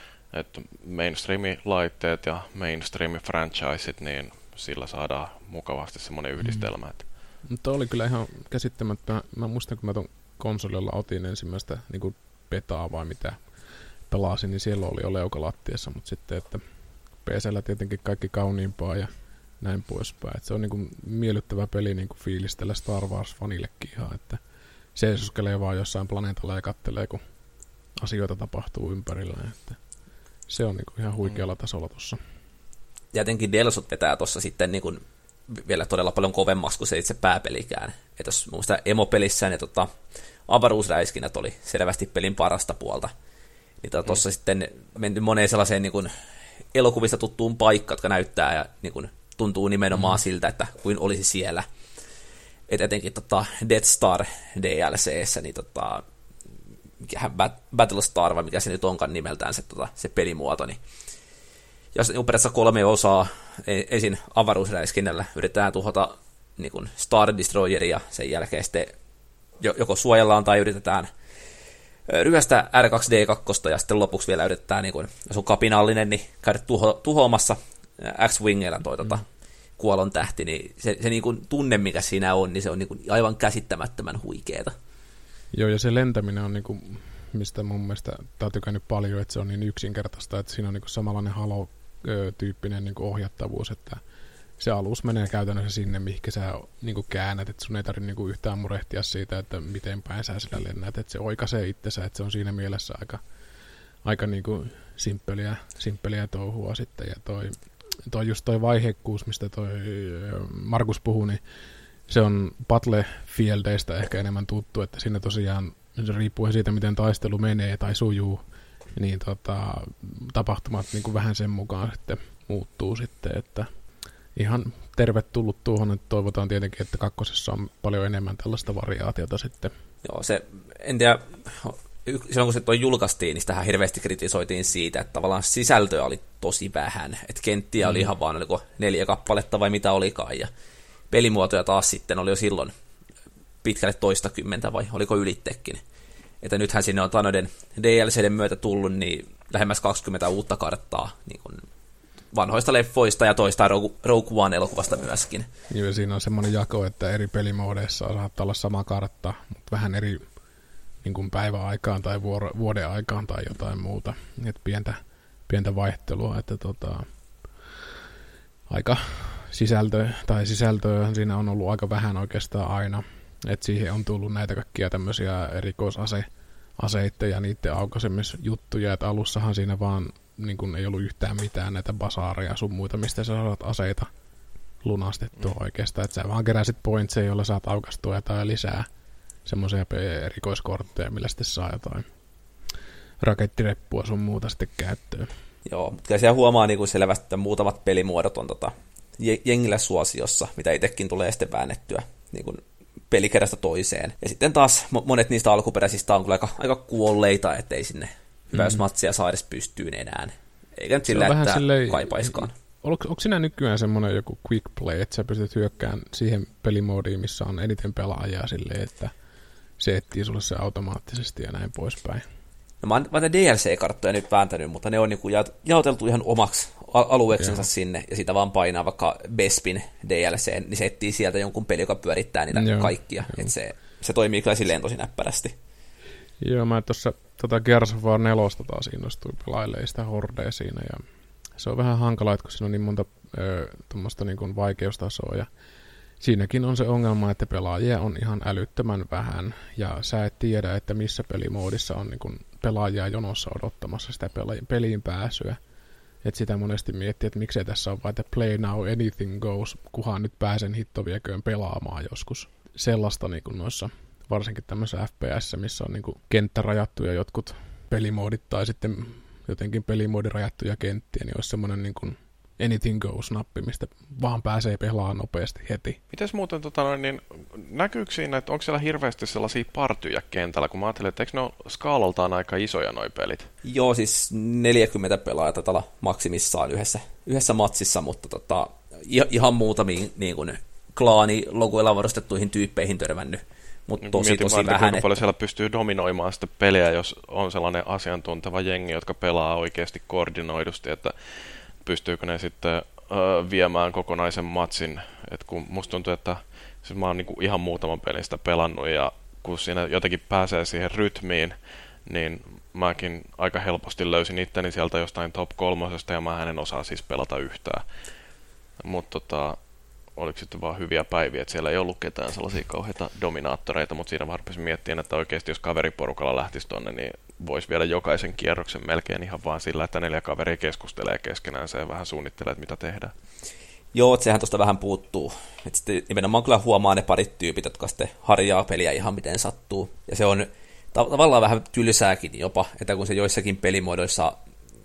[SPEAKER 1] mainstream-laitteet ja mainstream-franchiseit, niin sillä saadaan mukavasti semmoinen yhdistelmä.
[SPEAKER 2] Mutta oli kyllä ihan käsittämättä. Mä muistan, kun mä ton konsolilla otin ensimmäistä niin kuin betaa vai mitä pelasin, niin siellä oli jo leukalattiassa, mutta sitten, että PC:llä tietenkin kaikki kauniimpaa ja näin poispäin. Et se on niin kuin miellyttävä peli niin kuin fiilistellä Star Wars-fanillekin ihan, että seisoskelee vaan jossain planeetalla ja kattelee, kun asioita tapahtuu ympärillä. Että se on niin kuin ihan huikealla tasolla tuossa.
[SPEAKER 3] Ja jotenkin Delsot vetää tuossa sitten niin kuin vielä todella paljon kovemmaksi kuin se itse pääpelikään. Että jos muista emopelissä ne avaruusräiskinnät oli selvästi pelin parasta puolta. Niin tuossa sitten menty moneen sellaiseen niin kuin elokuvista tuttuun paikkaan, jotka näyttää ja niin kuin tuntuu nimenomaan siltä, että kuin olisi siellä. Et etenkin Death Star DLC:ssä, niin Battlestar, vai mikä se nyt onkaan nimeltään se pelimuoto, niin jos periaatteessa 3 osaa ensin avaruusräiskinnällä yritetään tuhota niin kuin Star Destroyeria, sen jälkeen sitten joko suojellaan tai yritetään ryöstää R2-D2, ja sitten lopuksi vielä yritetään, niin kuin, jos on kapinallinen, niin käydä tuhoamassa X-Wingeillä kuolon tähti, niin se niin kuin tunne, mikä siinä on, niin se on niin kuin aivan käsittämättömän huikeeta.
[SPEAKER 2] Joo, ja se lentäminen on, niin kuin, mistä mun mielestä tää on tykännyt paljon, että se on niin yksinkertaista, että siinä on niin kuin samanlainen Halo-tyyppinen niin kuin ohjattavuus, että se alus menee käytännössä sinne, mihinkä sä niin kuin käännät, että sun ei tarvitse niin kuin yhtään murehtia siitä, että miten päin sä sillä lennät, että se oikaisee itsensä, että se on siinä mielessä aika niin kuin simppeliä touhua sitten, ja toi vaihekkuus, mistä toi Markus puhui, niin se on Battlefieldeistä ehkä enemmän tuttu, että siinä tosiaan riippuen siitä, miten taistelu menee tai sujuu, niin tapahtumat niin kuin vähän sen mukaan sitten muuttuu sitten, että ihan tervetullut tuohon, että toivotaan tietenkin, että kakkosessa on paljon enemmän tällaista variaatiota sitten.
[SPEAKER 3] Joo, se, en tiedä, silloin kun se toi julkaistiin, niin sitähän hirveästi kritisoitiin siitä, että tavallaan sisältöä oli tosi vähän, että kenttiä oli ihan vaan, oliko 4 kappaletta vai mitä olikaan, ja pelimuotoja taas sitten oli jo silloin pitkälle 20 vai oliko ylittekin. Että nythän sinne on noiden DLCden myötä tullut niin lähemmäs 20 uutta karttaa niin kuin vanhoista leffoista ja toista Rogue One-elokuvasta myöskin.
[SPEAKER 2] Joo, siinä on semmoinen jako, että eri pelimoodeissa saattaa olla sama kartta, mutta vähän eri niin kuin päiväaikaan tai vuoden aikaan tai jotain muuta. Et pientä vaihtelua, että aika sisältöä siinä on ollut aika vähän oikeastaan aina. Et siihen on tullut näitä kaikkia tämmöisiä erikoisaseita ja niiden aukaisemisjuttuja, että alussahan siinä vaan niin kun ei ollut yhtään mitään näitä basaareja sun muita, mistä sä saat aseita lunastettua oikeastaan, että sä vaan keräsit pointseja, joilla saat aukastua jotain lisää semmoisia erikoiskortteja, millä sitten saa jotain rakettireppua sun muuta sitten käyttöön.
[SPEAKER 3] Joo, mutta kyllä siellä huomaa niin kuin selvästi, että muutamat pelimuodot on jengillä suosiossa, mitä itsekin tulee sitten väännettyä niin kuin pelikerrasta toiseen. Ja sitten taas monet niistä alkuperäisistä on kyllä aika kuolleita, ettei sinne hyväysmatsia saa edes pystyyn enää. Eikä nyt sillä, että kaipaiskaan.
[SPEAKER 2] Onko sinä nykyään semmoinen joku quick play, että sä pystyt hyökkään siihen pelimoodiin, missä on eniten pelaajaa silleen, että se etsii sulle se automaattisesti ja näin poispäin?
[SPEAKER 3] No mä oon DLC-karttoja nyt vääntänyt, mutta ne on niinku jaoteltu ihan omaksi alueeksensa sinne, ja siitä vaan painaa vaikka Bespin DLC, niin se etsii sieltä jonkun peli, joka pyörittää niitä kaikkia. Et se se toimii kyllä silleen tosi näppärästi.
[SPEAKER 2] Joo, mä tuossa Gears of War 4 taas innostuin pelailemaan sitä Hordea siinä, ja se on vähän hankala, että kun siinä on niin monta tuommoista niin kuin vaikeustasoa, ja siinäkin on se ongelma, että pelaajia on ihan älyttömän vähän, ja sä et tiedä, että missä pelimoodissa on niin kuin pelaajia jonossa odottamassa sitä peliin pääsyä. Että sitä monesti miettii, että miksei tässä on vain, että play now, anything goes, kunhan nyt pääsen hitto vieköön pelaamaan joskus. Sellaista niin kuin noissa, varsinkin tämmöisessä FPS, missä on niin kuin kenttä rajattu ja jotkut pelimoodit tai sitten jotenkin pelimoodin rajattuja kenttiä, niin olisi semmoinen niin kuin anything goes-nappi, mistä vaan pääsee pelaamaan nopeasti heti.
[SPEAKER 1] Mites muuten, niin näkyykö siinä, että onko siellä hirveästi sellaisia partyjä kentällä, kun mä ajattelin, että eikö ne ole skaalaltaan aika isoja noi pelit?
[SPEAKER 3] Joo, siis 40 pelaajaa taitaa olla maksimissaan yhdessä matsissa, mutta ihan muutamiin niin kuin klaanilogoilla varustettuihin tyyppeihin törmännyt. Mutta tosi vähän.
[SPEAKER 1] Kuinka paljon siellä pystyy dominoimaan sitä peliä, jos on sellainen asiantunteva jengi, jotka pelaa oikeasti koordinoidusti, että pystyykö ne sitten viemään kokonaisen matsin. Et kun musta tuntuu, että siis mä oon niinku ihan muutaman pelin sitä pelannut, ja kun siinä jotenkin pääsee siihen rytmiin, niin mäkin aika helposti löysin itteni sieltä jostain top 3, ja mä en osaa siis pelata yhtään. Mutta oliko sitten vaan hyviä päiviä, että siellä ei ollut ketään sellaisia kauheita dominaattoreita, mutta siinä mä rupesin miettimään, että oikeasti jos kaveriporukalla lähtisi tonne, niin voisi viedä jokaisen kierroksen melkein ihan vaan sillä, että 4 kaveria keskustelee keskenään ja vähän suunnittelee, että mitä tehdään.
[SPEAKER 3] Joo, että sehän tuosta vähän puuttuu. Et sitten nimenomaan kyllä huomaa ne parit tyypit, jotka sitten harjaa peliä ihan miten sattuu. Ja se on tavallaan vähän tylsääkin jopa, että kun se joissakin pelimuodoissa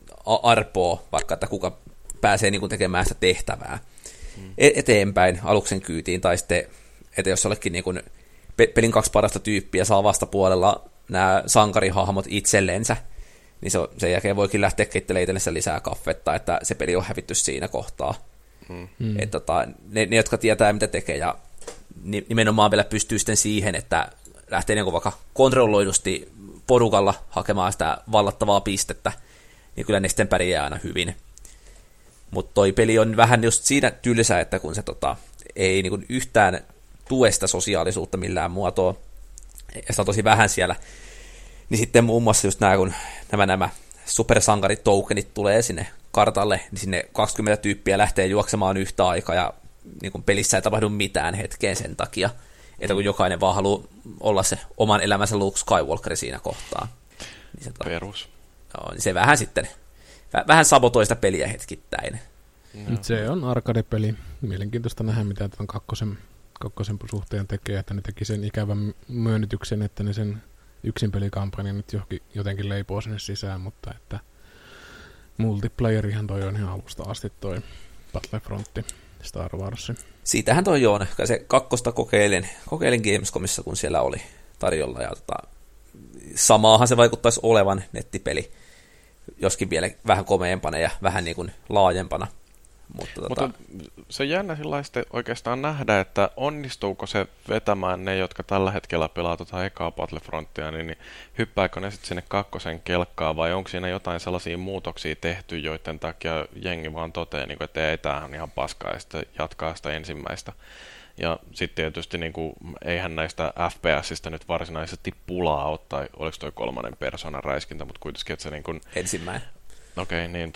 [SPEAKER 3] arpoo, vaikka että kuka pääsee niin kuin tekemään sitä tehtävää eteenpäin aluksen kyytiin, tai sitten, että jos jollekin niin kuin pelin 2 parasta tyyppiä saa vastapuolella nämä sankarihahmot itsellensä, niin sen jälkeen voikin lähteä keittelemään itsellensä lisää kaffetta, että se peli on hävitty siinä kohtaa. Että ne, jotka tietää, mitä tekee, ja nimenomaan vielä pystyy sitten siihen, että lähtee niin kuin vaikka kontrolloidusti porukalla hakemaan sitä vallattavaa pistettä, niin kyllä ne sitten pärjää aina hyvin. Mutta toi peli on vähän just siinä tylsä, että kun se ei niinku yhtään tue sitä sosiaalisuutta millään muotoa, ja sitä on tosi vähän siellä, niin sitten muun muassa just kun nämä supersankarit-tokenit tulee sinne kartalle, niin sinne 20 tyyppiä lähtee juoksemaan yhtä aikaa, ja niin pelissä ei tapahdu mitään hetkeen sen takia, että kun jokainen vaan haluaa olla se oman elämänsä Luke Skywalker siinä kohtaa. Niin se,
[SPEAKER 1] perus.
[SPEAKER 3] Joo, niin se vähän sitten vähän sabotoi sitä peliä hetkittäin.
[SPEAKER 2] Se on arcade-peli. Mielenkiintoista nähdä, mitä tämän kakkosen suhteen tekee, että ne teki sen ikävän myönnytyksen, että ne sen yksin pelikampanjan nyt jotenkin leipoo sinne sisään, mutta että multiplayerihan toi on ihan alusta asti toi Battlefrontti, Star Wars.
[SPEAKER 3] Siitähän toi on. Se 2 kokeilin Gamescomissa, kun siellä oli tarjolla, ja samaahan se vaikuttaisi olevan nettipeli, joskin vielä vähän komeempana ja vähän niin kuin laajempana.
[SPEAKER 1] Mutta se on jännä sellaista oikeastaan nähdä, että onnistuuko se vetämään ne, jotka tällä hetkellä pelaa ekaa Battlefrontia, niin hyppääkö ne sitten sinne 2 kelkkaan, vai onko siinä jotain sellaisia muutoksia tehty, joiden takia jengi vaan toteaa, että ei, tämähän on ihan paskaa, ja sitten jatkaa sitä ensimmäistä. Ja sitten tietysti eihän näistä FPSistä nyt varsinaisesti pulaa ole, tai oliko toi 3. persoonan räiskintä, mutta kuitenkin, että se
[SPEAKER 3] ensimmäinen.
[SPEAKER 1] Okei, niin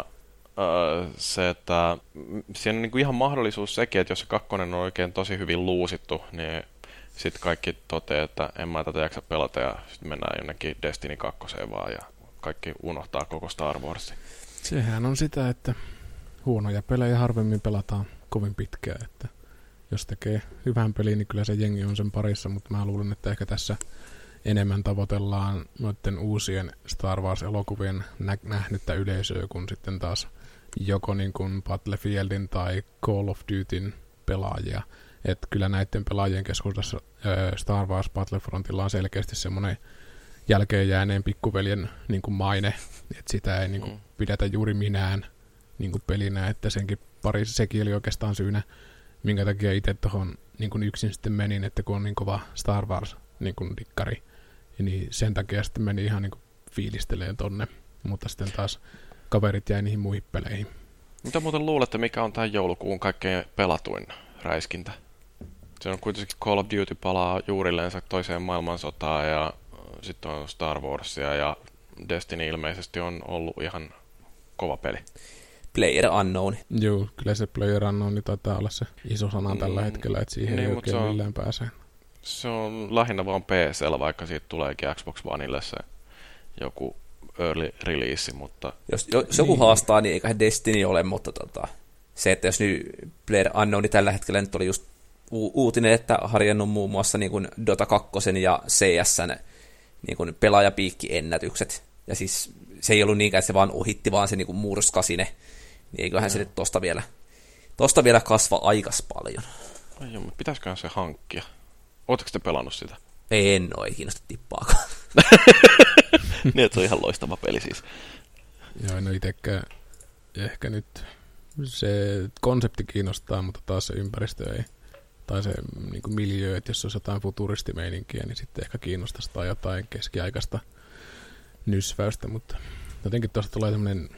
[SPEAKER 1] se, että siinä on ihan mahdollisuus sekin, että jos se 2 on oikein tosi hyvin luusittu, niin sitten kaikki toteaa, että en mä tätä jaksa pelata, ja sitten mennään jonnekin Destiny 2 vaan, ja kaikki unohtaa koko Star Warsin.
[SPEAKER 2] Sehän on sitä, että huonoja pelejä harvemmin pelataan kovin pitkään, että jos tekee hyvän pelin, niin kyllä se jengi on sen parissa, mutta mä luulen, että ehkä tässä enemmän tavoitellaan noiden uusien Star Wars-elokuvien nähnyttä yleisöä, kun sitten taas joko niin kuin Battlefieldin tai Call of Dutyn pelaajia. Että kyllä näiden pelaajien keskuudessa Star Wars Battlefrontilla on selkeästi semmoinen jälkeen jääneen pikkuveljen niin kuin maine, että sitä ei niin kuin pidetä juuri minään niin kuin pelinä, että sekin oli oikeastaan syynä, minkä takia itse tuohon niin yksin sitten menin, että kun on niin kova Star Wars niin kuin dikkari, niin sen takia sitten meni ihan niin kuin fiilisteleen tonne, mutta sitten taas kaverit jäi niihin muihin peleihin.
[SPEAKER 1] Mitä muuten luulette, mikä on tämän joulukuun kaikkein pelatuin räiskintä? Se on kuitenkin Call of Duty palaa juurillensa toiseen maailmansotaan ja sitten on Star Warsia ja Destiny ilmeisesti on ollut ihan kova peli.
[SPEAKER 3] PlayerUnknown.
[SPEAKER 2] Joo, kyllä se PlayerUnknown taitaa olla se iso sana tällä hetkellä, että siihen ei oikein millään pääse.
[SPEAKER 1] Se on lähinnä vaan PC:llä, vaikka siitä tuleekin Xbox Oneille se joku early release, mutta...
[SPEAKER 3] Jos joku haastaa, niin eiköhän Destiny ole, mutta se, että jos nyt PlayerUnknown tällä hetkellä nyt oli just uutinen, että harjannut muun muassa niin kuin Dota 2 ja CS:n niin kuin pelaajapiikkiennätykset, ja siis se ei ollut niinkään, että se vaan ohitti, vaan se niin kuin murskasine, niin eiköhän se nyt tosta vielä kasva aikas paljon.
[SPEAKER 1] Ai joo, mutta pitäisiköhän se hankkia? Oletteko te pelannut sitä?
[SPEAKER 3] En ole kiinnosta tippaakaan.
[SPEAKER 1] Niin, että se on ihan loistava peli siis.
[SPEAKER 2] Joo, en ole itsekään. Ehkä nyt se konsepti kiinnostaa, mutta taas se ympäristö ei. Tai se niin kuin miljö, että jos olisi jotain futuristimeininkiä, niin sitten ehkä kiinnostaisi tai jotain keskiaikaista nysväystä, mutta jotenkin tuosta tulee tämmöinen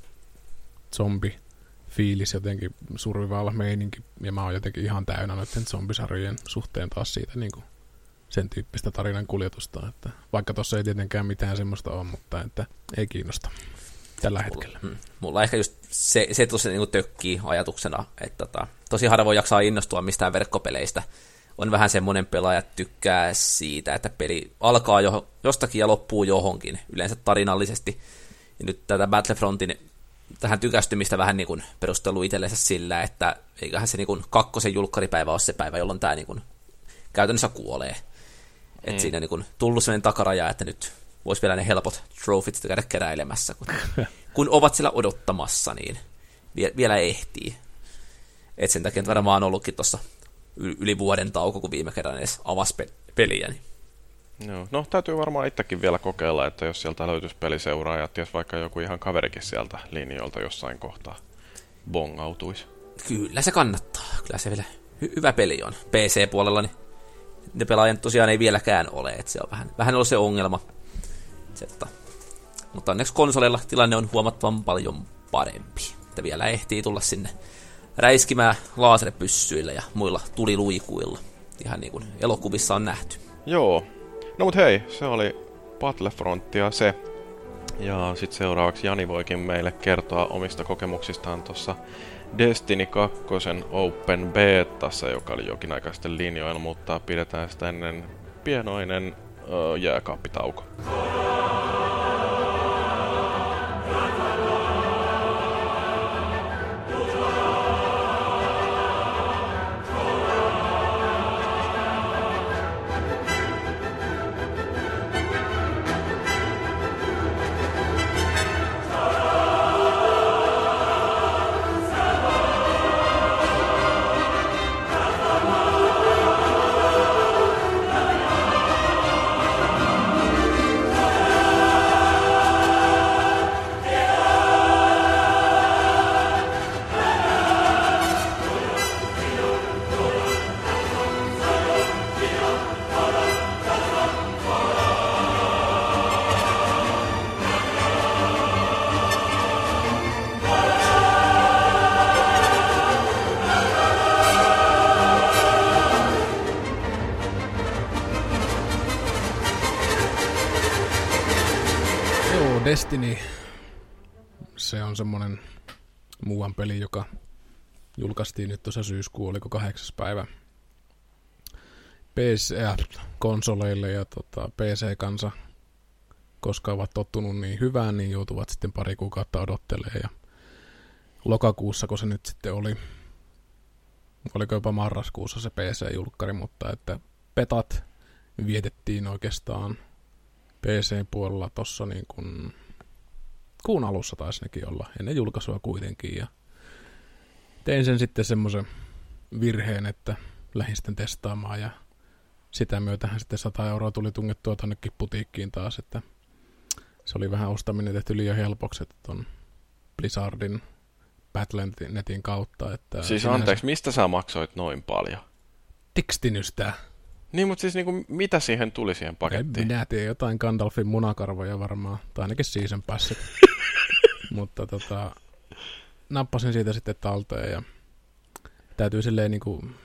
[SPEAKER 2] zombi-fiilis, jotenkin survival-meininki, ja mä oon jotenkin ihan täynnä noiden zombisarjojen suhteen taas siitä niin kuin sen tyyppistä tarinan kuljetusta, että vaikka tuossa ei tietenkään mitään semmoista ole, mutta että ei kiinnosta tällä hetkellä.
[SPEAKER 3] Mulla ehkä just se tosiaan niin tökkii ajatuksena, että tosi harvoin jaksaa innostua mistään verkkopeleistä. On vähän semmoinen pelaaja, että tykkää siitä, että peli alkaa jostakin ja loppuu johonkin, yleensä tarinallisesti. Ja nyt tätä Battlefrontin tähän tykästymistä vähän niin kuin perustelu itsellensä sillä, että eiköhän se niin kuin 2. julkkaripäivä ole se päivä, jolloin tämä niin kuin käytännössä kuolee. Että siinä on niin kuin tullut sellainen takaraja, että nyt voisi vielä ne helpot trofit käydä keräilemässä, kun ovat siellä odottamassa, niin vielä ehtii. Et sen takia varmaan on ollutkin tuossa yli vuoden tauko, kun viime kerran edes avasi peliä. Niin.
[SPEAKER 1] No, täytyy varmaan itsekin vielä kokeilla, että jos sieltä löytyisi peliseuraaja, ties vaikka joku ihan kaverikin sieltä linjoilta jossain kohtaa bongautuisi. Kyllä
[SPEAKER 3] se kannattaa. Kyllä se vielä hyvä peli on. PC-puolella niin ne pelaajat tosiaan ei vieläkään ole, että se on vähän ollut se ongelma. Mutta onneksi konsoleilla tilanne on huomattavan paljon parempi. Että vielä ehtii tulla sinne räiskimään laserpyssyillä ja muilla tuliluikuilla. Ihan niin kuin elokuvissa on nähty.
[SPEAKER 1] Joo. No mut hei, se oli Battlefrontia se. Ja sit seuraavaksi Jani voikin meille kertoa omista kokemuksistaan tuossa Destiny 2 Open Betassa, joka oli jokin aika sitten linjoilla, mutta pidetään sitä ennen pienoinen jääkaappitauko.
[SPEAKER 2] Destiny, se on semmonen muuan peli, joka julkaistiin nyt tuossa syyskuun, oliko 8. päivä PC-konsoleille ja PC-kansa, koska ovat tottunut niin hyvään, niin joutuvat sitten pari kuukautta odottelemaan. Ja lokakuussa, kun se nyt sitten oli, oliko jopa marraskuussa se PC-julkkari, mutta että petat vietettiin oikeastaan PC-puolella tuossa niin kuin kuun alussa taisi nekin olla, ennen julkaisua kuitenkin, ja tein sen sitten semmoisen virheen, että lähdin sitten testaamaan, ja sitä myötähän sitten 100 € tuli tungettua tonnekin putiikkiin taas, että se oli vähän ostaminen tehty liian helpoksi, että ton Blizzardin Battle.netin kautta. Että
[SPEAKER 1] siis anteeksi, mistä sä maksoit noin paljon?
[SPEAKER 2] Tekstinystä.
[SPEAKER 1] Niin, mutta siis niinku, mitä siihen tuli siihen pakettiin?
[SPEAKER 2] Minä tiedän, jotain Gandalfin munakarvoja varmaan, tai ainakin season passit. Mutta nappasin siitä sitten talteen ja täytyy silleen niinku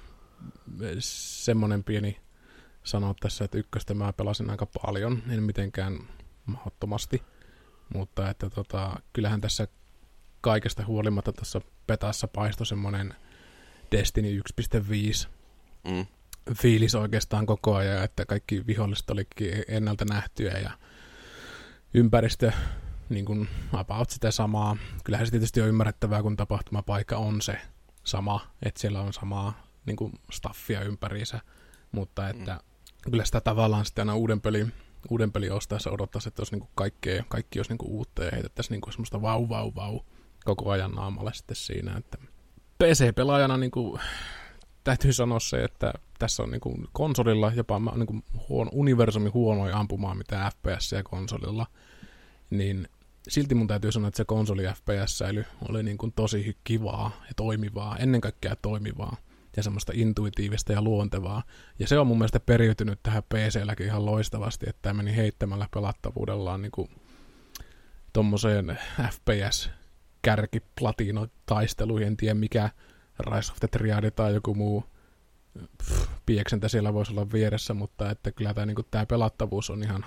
[SPEAKER 2] semmoinen pieni sanoa tässä, että ykköstä mä pelasin aika paljon, en mitenkään mahdottomasti, mutta että kyllähän tässä kaikesta huolimatta tässä petassa paistoi semmoinen Destiny 1.5 fiilis oikeastaan koko ajan, että kaikki viholliset olikin ennalta nähtyjä ja ympäristö niin kuin about sitä samaa. Kyllähän se tietysti on ymmärrettävää, kun tapahtumapaikka on se sama, että siellä on samaa niin kuin staffia ympäriinsä, mutta että kyllä sitä tavallaan sitten aina uuden pelin ostaessa odottaisi, että olisi niin kuin kaikki olisi niin kuin uutta ja heitettäisiin niin kuin semmoista vau koko ajan naamalle sitten siinä, että PC-pelaajana niin kuin täytyy sanoa se, että tässä on niin kuin konsolilla jopa niin kuin universumin huonoin ampumaan mitä FPS ja konsolilla, niin silti mun täytyy sanoa, että se konsoli FPS-säily oli niin kuin tosi kivaa ja toimivaa, ennen kaikkea toimivaa ja semmoista intuitiivista ja luontevaa. Ja se on mun mielestä periytynyt tähän PC-lläkin ihan loistavasti, että tämä meni heittämällä pelattavuudellaan niin kuin tommoseen FPS-kärki-platino-taisteluihin, en tiedä mikä Rise of the Triad tai joku muu pieksentä siellä voisi olla vieressä, mutta että kyllä tämä, niin kuin, tämä pelattavuus on ihan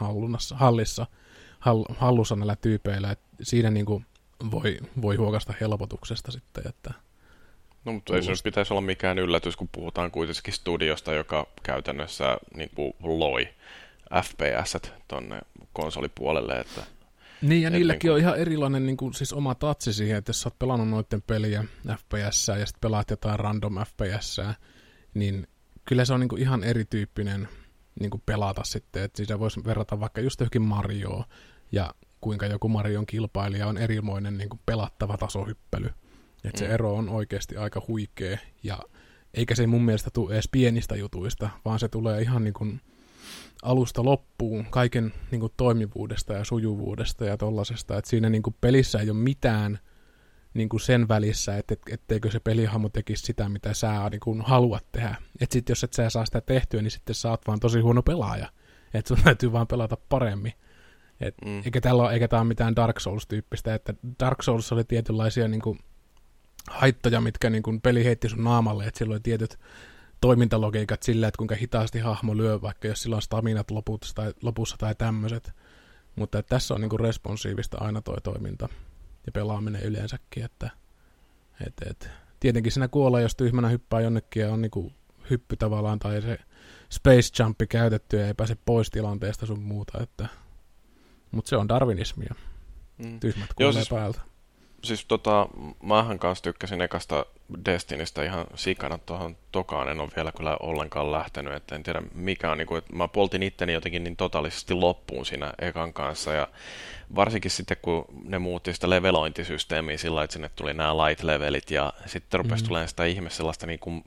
[SPEAKER 2] hallussa näillä tyypeillä, että siinä niin kuin voi huokasta helpotuksesta sitten, että
[SPEAKER 1] no, mutta ei se nyt pitäisi olla mikään yllätys, kun puhutaan kuitenkin studiosta, joka käytännössä niin kuin loi FPS tuonne konsolipuolelle. Että,
[SPEAKER 2] niin, ja niilläkin on ihan erilainen niin kuin, siis oma tatsi siihen, että jos sä oot pelannut noiden peliä FPS ja sitten pelaat jotain random FPS, niin kyllä se on niin kuin ihan erityyppinen niin kuin pelata sitten, että siitä voisi verrata vaikka just johonkin Marioon, ja kuinka joku Marion kilpailija on erimoinen niin kuin pelattava tasohyppely. Että se ero on oikeasti aika huikea, ja eikä se mun mielestä tule edes pienistä jutuista, vaan se tulee ihan niin kuin alusta loppuun kaiken niin kuin toimivuudesta ja sujuvuudesta ja tollasesta, että siinä niin kuin pelissä ei ole mitään niin kuin sen välissä, etteikö se pelihahmo tekisi sitä, mitä sä niin kuin haluat tehdä. Että sitten jos et sä saa sitä tehtyä, niin sitten sä oot vaan tosi huono pelaaja. Että sun täytyy vaan pelata paremmin. Eikä tämä ole mitään Dark Souls-tyyppistä, että Dark Souls oli tietynlaisia niin kuin haittoja, mitkä niin kuin peli heitti sun naamalle, että sillä oli tietyt toimintalogiikat sillä, että kuinka hitaasti hahmo lyö, vaikka jos sillä on staminat lopussa tai tämmöiset. Mutta tässä on niin kuin responsiivista aina toi toiminta ja pelaaminen yleensäkin, että tietenkin siinä kuolee, jos tyhmänä hyppää jonnekin ja on niin kuin hyppy tavallaan tai se space jumpi käytetty ja ei pääse pois tilanteesta sun muuta, mutta se on darwinismia. Tyhmät kuolee siis päältä.
[SPEAKER 1] Siis maahan kanssa tykkäsin ekasta Destinistä ihan sikana, tuohon tokaan en ole vielä kyllä ollenkaan lähtenyt, että en tiedä mikä on, niin kuin, että mä poltin itteni jotenkin niin totaalisesti loppuun siinä ekan kanssa, ja varsinkin sitten kun ne muutti sitä levelointisysteemiä sillä, että sinne tuli nämä light-levelit, ja sitten rupesi tulemaan sitä ihme sellaista niin kuin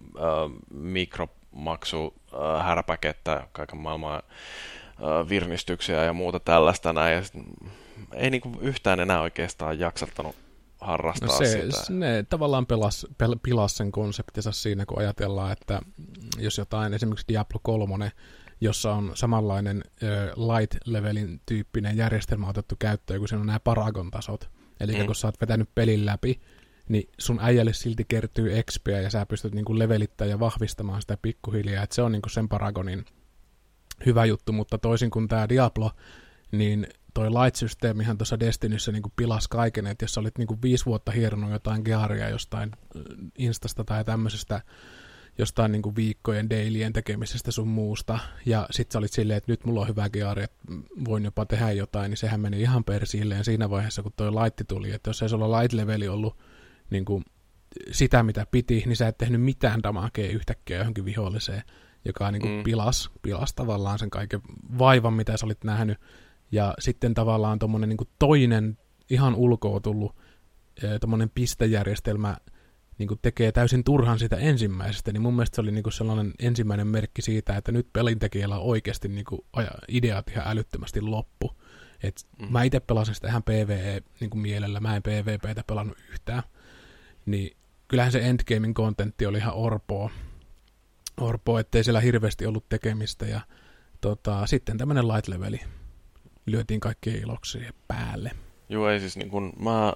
[SPEAKER 1] mikromaksu-härpäkettä, kaiken maailman virnistyksiä ja muuta tällaista näin, ja ei niin kuin yhtään enää oikeastaan jaksattanut harrastaa sitä.
[SPEAKER 2] Ne tavallaan pilasi sen konseptinsa siinä, kun ajatellaan, että jos jotain, esimerkiksi Diablo 3, jossa on samanlainen light-levelin tyyppinen järjestelmä otettu käyttöön, kun siinä on nämä Paragon-tasot. Eli kun sä oot vetänyt pelin läpi, niin sun äijälle silti kertyy XP:ä ja sä pystyt niinku levelittämään ja vahvistamaan sitä pikkuhiljaa. Et se on niinku sen Paragonin hyvä juttu, mutta toisin kuin tämä Diablo, niin toi light-systeemihän tuossa Destinyssä niinku pilasi kaiken, että jos sä olit niinku 5 vuotta hieronut jotain gearia jostain instasta tai tämmöisestä, jostain niinku viikkojen dailyen tekemisestä sun muusta, ja sit sä olit silleen, että nyt mulla on hyvä geari, että voin jopa tehdä jotain, niin sehän meni ihan persilleen siinä vaiheessa, kun toi light tuli, että jos ei sulla light-leveli ollut niinku sitä, mitä piti, niin sä et tehnyt mitään damakea yhtäkkiä johonkin viholliseen, joka niinku pilas tavallaan sen kaiken vaivan, mitä sä olit nähnyt. Ja sitten tavallaan tommonen niinku toinen ihan ulkoa tullut tommonen pistejärjestelmä niinku tekee täysin turhan sitä ensimmäisestä, niin mun mielestä se oli niinku sellainen ensimmäinen merkki siitä, että nyt pelintekijällä on oikeasti niinku ideat ihan älyttömästi loppu. Mä itse pelasin sitä ihan PvE niinku mielellä, mä en PvPtä pelannut yhtään. Niin kyllähän se endgamein kontentti oli ihan orpoa, ettei siellä hirveästi ollut tekemistä. Ja sitten tämmönen light leveli lyötiin kaikkien iloksi päälle.
[SPEAKER 1] Joo, ei siis niin kun mä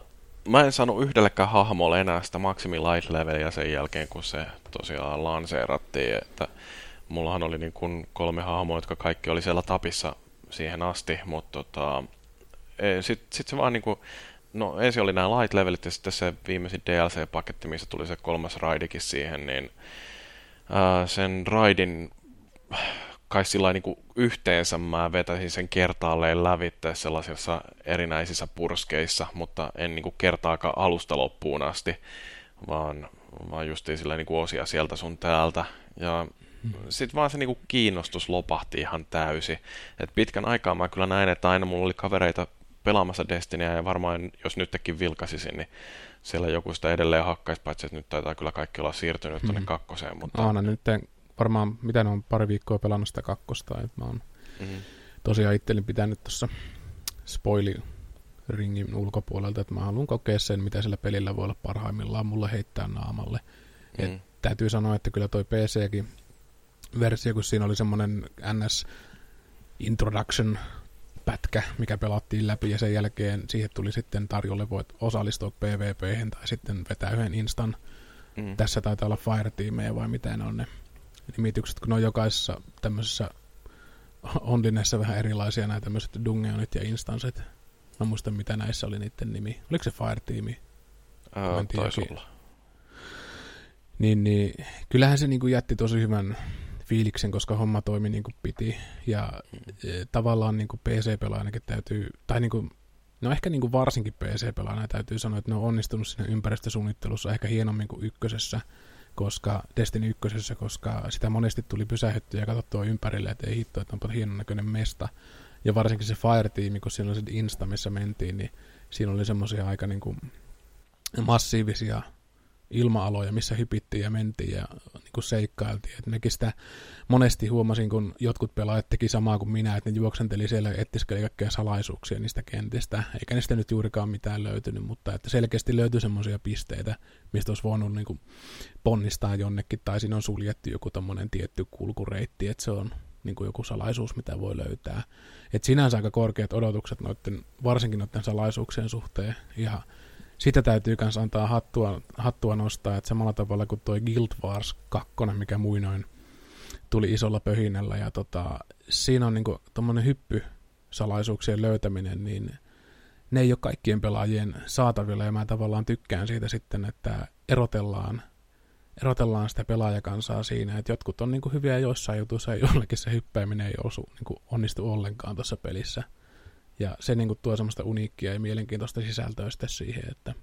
[SPEAKER 1] mä en saanut yhdellekään hahmolle enää sitä maksimi light levelia sen jälkeen, kun se tosiaan lanseerattiin, että mullahan oli niin kuin 3 hahmoa, jotka kaikki oli siellä tapissa siihen asti, mutta sit se vaan niinku, no ensin oli nämä light levelit ja sitten se viimeisin DLC-paketti, missä tuli se 3. raidikin siihen, niin sen raidin kai sillä niinku yhteensä mä vetäisin sen kertaalleen lävitte sellaisissa erinäisissä purskeissa, mutta en niinku kertaakaan alusta loppuun asti, vaan justiin sillä niinku osia sieltä sun täältä. Ja sitten vaan se niinku kiinnostus lopahti ihan täysin. Et pitkän aikaa mä kyllä näin, että aina mulla oli kavereita pelaamassa Destinyä ja varmaan jos nytkin vilkasisin, niin siellä joku sitä edelleen hakkaisi, paitsi että nyt taitaa kyllä kaikki olla siirtynyt tuonne 2. Mutta
[SPEAKER 2] Aina nyt varmaan, mitä ne on pari viikkoa pelannut sitä 2. Että mä oon tosiaan itselleen pitänyt tuossa spoiliringin ulkopuolelta, että mä haluan kokea sen, mitä sillä pelillä voi olla parhaimmillaan mulle heittää naamalle. Et täytyy sanoa, että kyllä toi PC:kin versio, kun siinä oli semmoinen NS Introduction pätkä, mikä pelattiin läpi ja sen jälkeen siihen tuli sitten tarjolle, voit osallistua PvP:hen tai sitten vetää yhden instan. Tässä taitaa olla Fireteamejä vai mitä ne on ne nimitykset, kun ne on jokaisessa tämmöisessä onlineissa vähän erilaisia nämä tämmöiset dungeonit ja instanset. Mä muistan mitä näissä oli niiden nimi. Oliko se Fireteami?
[SPEAKER 1] Taisi olla.
[SPEAKER 2] Niin, kyllähän se niinku jätti tosi hyvän fiiliksen, koska homma toimi niin kuin piti. Ja tavallaan niin kuin PC-pelaajanakin täytyy, tai niin kuin, no ehkä niin kuin varsinkin PC-pelaajana täytyy sanoa, että ne on onnistunut siinä ympäristösuunnittelussa ehkä hienommin kuin ykkösessä, koska Destiny 1, koska sitä monesti tuli pysähdyttyä ja katsottua ympärille, että ei hitto, että onpa hienon näköinen mesta. Ja varsinkin se Fireteam, kun siinä oli se Insta, missä mentiin, niin siinä oli semmoisia aika niin kuin massiivisia ilma-aloja, missä hypittiin ja mentiin ja niin kuin seikkailtiin. Et nekin sitä monesti huomasin, kun jotkut pelaajat teki samaa kuin minä, että ne juoksenteli siellä ja etsiskeli kaikkea salaisuuksia niistä kentistä. Eikä niistä nyt juurikaan mitään löytynyt, mutta että selkeästi löytyi semmoisia pisteitä, mistä olisi voinut niin kuin ponnistaa jonnekin, tai siinä on suljettu joku tommonen tietty kulkureitti, että se on niin kuin joku salaisuus, mitä voi löytää. Et sinänsä aika korkeat odotukset varsinkin noiden salaisuuksien suhteen. Ja sitä täytyy myös antaa hattua nostaa, että samalla tavalla kuin tuo Guild Wars 2, mikä muinoin tuli isolla pöhinällä, ja siinä on niinku tommonen hyppysalaisuuksien löytäminen, niin ne ei ole kaikkien pelaajien saatavilla, ja mä tavallaan tykkään siitä sitten, että erotellaan sitä pelaajakansaa siinä, että jotkut on niinku hyviä joissain jutuissa, ja jollekin se hyppääminen ei niinku onnistu ollenkaan tuossa pelissä. Ja se niinku tuo semmoista uniikkia ja mielenkiintoista sisältöä sitten siihen, että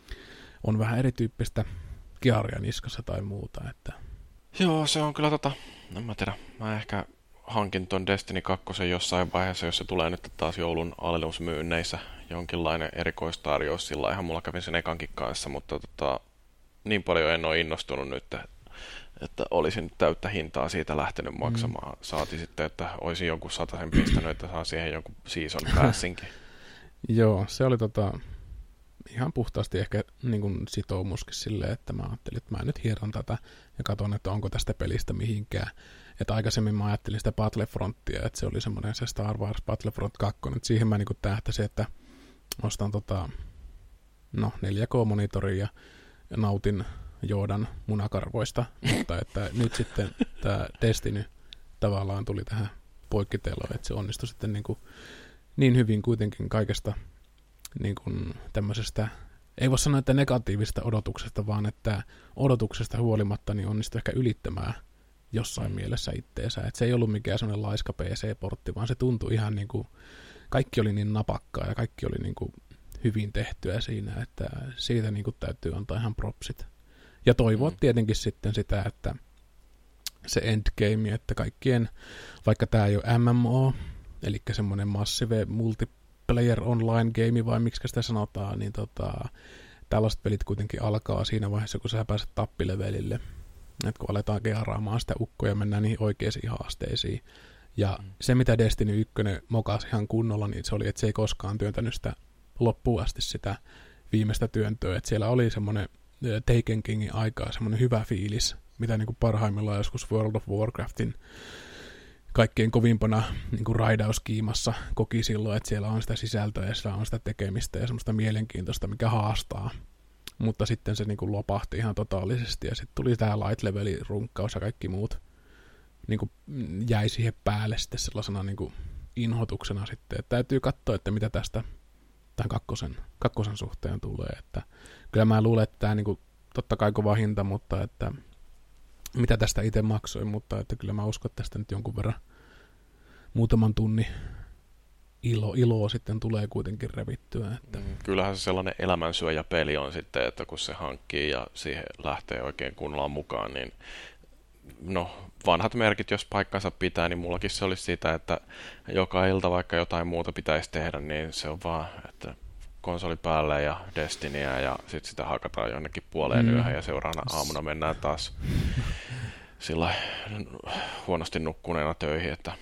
[SPEAKER 2] on vähän erityyppistä gearia niskassa tai muuta. Että
[SPEAKER 1] joo, se on kyllä en mä tiedä. Mä ehkä hankin ton Destiny 2 jossain vaiheessa, jos se tulee nyt taas joulun alennusmyynneissä jonkinlainen erikoistarjous. Sillä ihan mulla kävin sen ekankin kanssa, mutta niin paljon en ole innostunut nyt, että olisin täyttä hintaa siitä lähtenyt maksamaan. Saati sitten, että olisin jonkun 100 pistänyt, että saa siihen jonkun season passinkin.
[SPEAKER 2] Joo, se oli ihan puhtaasti ehkä niin kuin sitoumuskin silleen, että mä ajattelin, että mä nyt hieron tätä ja katson, että onko tästä pelistä mihinkään. Että aikaisemmin mä ajattelin sitä Battlefrontia, että se oli semmoinen se Star Wars Battlefront 2, että siihen mä niin kuin tähtäisin, että ostan 4K-monitoria ja nautin Joodan munakarvoista, mutta että nyt sitten tämä Destiny tavallaan tuli tähän poikkiteloon, että se onnistui sitten niin hyvin kuitenkin kaikesta niin kuin tämmöisestä, ei voi sanoa, että negatiivista odotuksesta, vaan että odotuksesta huolimatta niin onnistui ehkä ylittämään jossain mielessä itteensä. Että se ei ollut mikään semmoinen laiska PC-portti, vaan se tuntui ihan niin kuin, kaikki oli niin napakkaa ja kaikki oli niin kuin hyvin tehtyä siinä, että siitä niin kuin täytyy antaa ihan propsit. Ja toivoa tietenkin sitten sitä, että se endgame, että kaikkien, vaikka tämä ei ole MMO, eli semmoinen massive multiplayer online game, vai miksi sitä sanotaan, niin tällaiset pelit kuitenkin alkaa siinä vaiheessa, kun sä pääset tappilevelille. Että kun aletaan gearaamaan sitä ukkoa ja mennään niihin oikeisiin haasteisiin. Ja se, mitä Destiny 1 mokasi ihan kunnolla, niin se oli, että se ei koskaan työntänyt sitä loppuun asti sitä viimeistä työntöä. Että siellä oli semmoinen Taken Kingin aikaa semmoinen hyvä fiilis, mitä niin kuin parhaimmillaan joskus World of Warcraftin kaikkein kovimpana niin kuin raidauskiimassa koki silloin, että siellä on sitä sisältöä ja siellä on sitä tekemistä ja semmoista mielenkiintoista, mikä haastaa. Mutta sitten se niin kuin lopahti ihan totaalisesti ja sitten tuli tämä light levelin runkkaus ja kaikki muut niin kuin jäi siihen päälle sitten sellaisena niin kuin inhotuksena sitten. Että täytyy katsoa, että mitä tästä tämän kakkosen suhteen tulee. Että kyllä mä luulen, että tämä niin kuin, totta kai kova hinta, mutta että mitä tästä itse maksoin, mutta että kyllä mä uskon, että tästä nyt jonkun verran muutaman tunnin iloa sitten tulee kuitenkin revittyä. Että.
[SPEAKER 1] Kyllähän se sellainen elämänsyöjäpeli on sitten, että kun se hankkii ja siihen lähtee oikein kunnolla mukaan, niin no vanhat merkit, jos paikkansa pitää, niin mullakin se olisi sitä, että joka ilta vaikka jotain muuta pitäisi tehdä, niin se on vaan, että konsoli päälle ja Destinyä ja sitten sitä hakataan jonnekin puoleen yöhön ja seuraavana aamuna mennään taas sillä huonosti nukkuneena töihin, että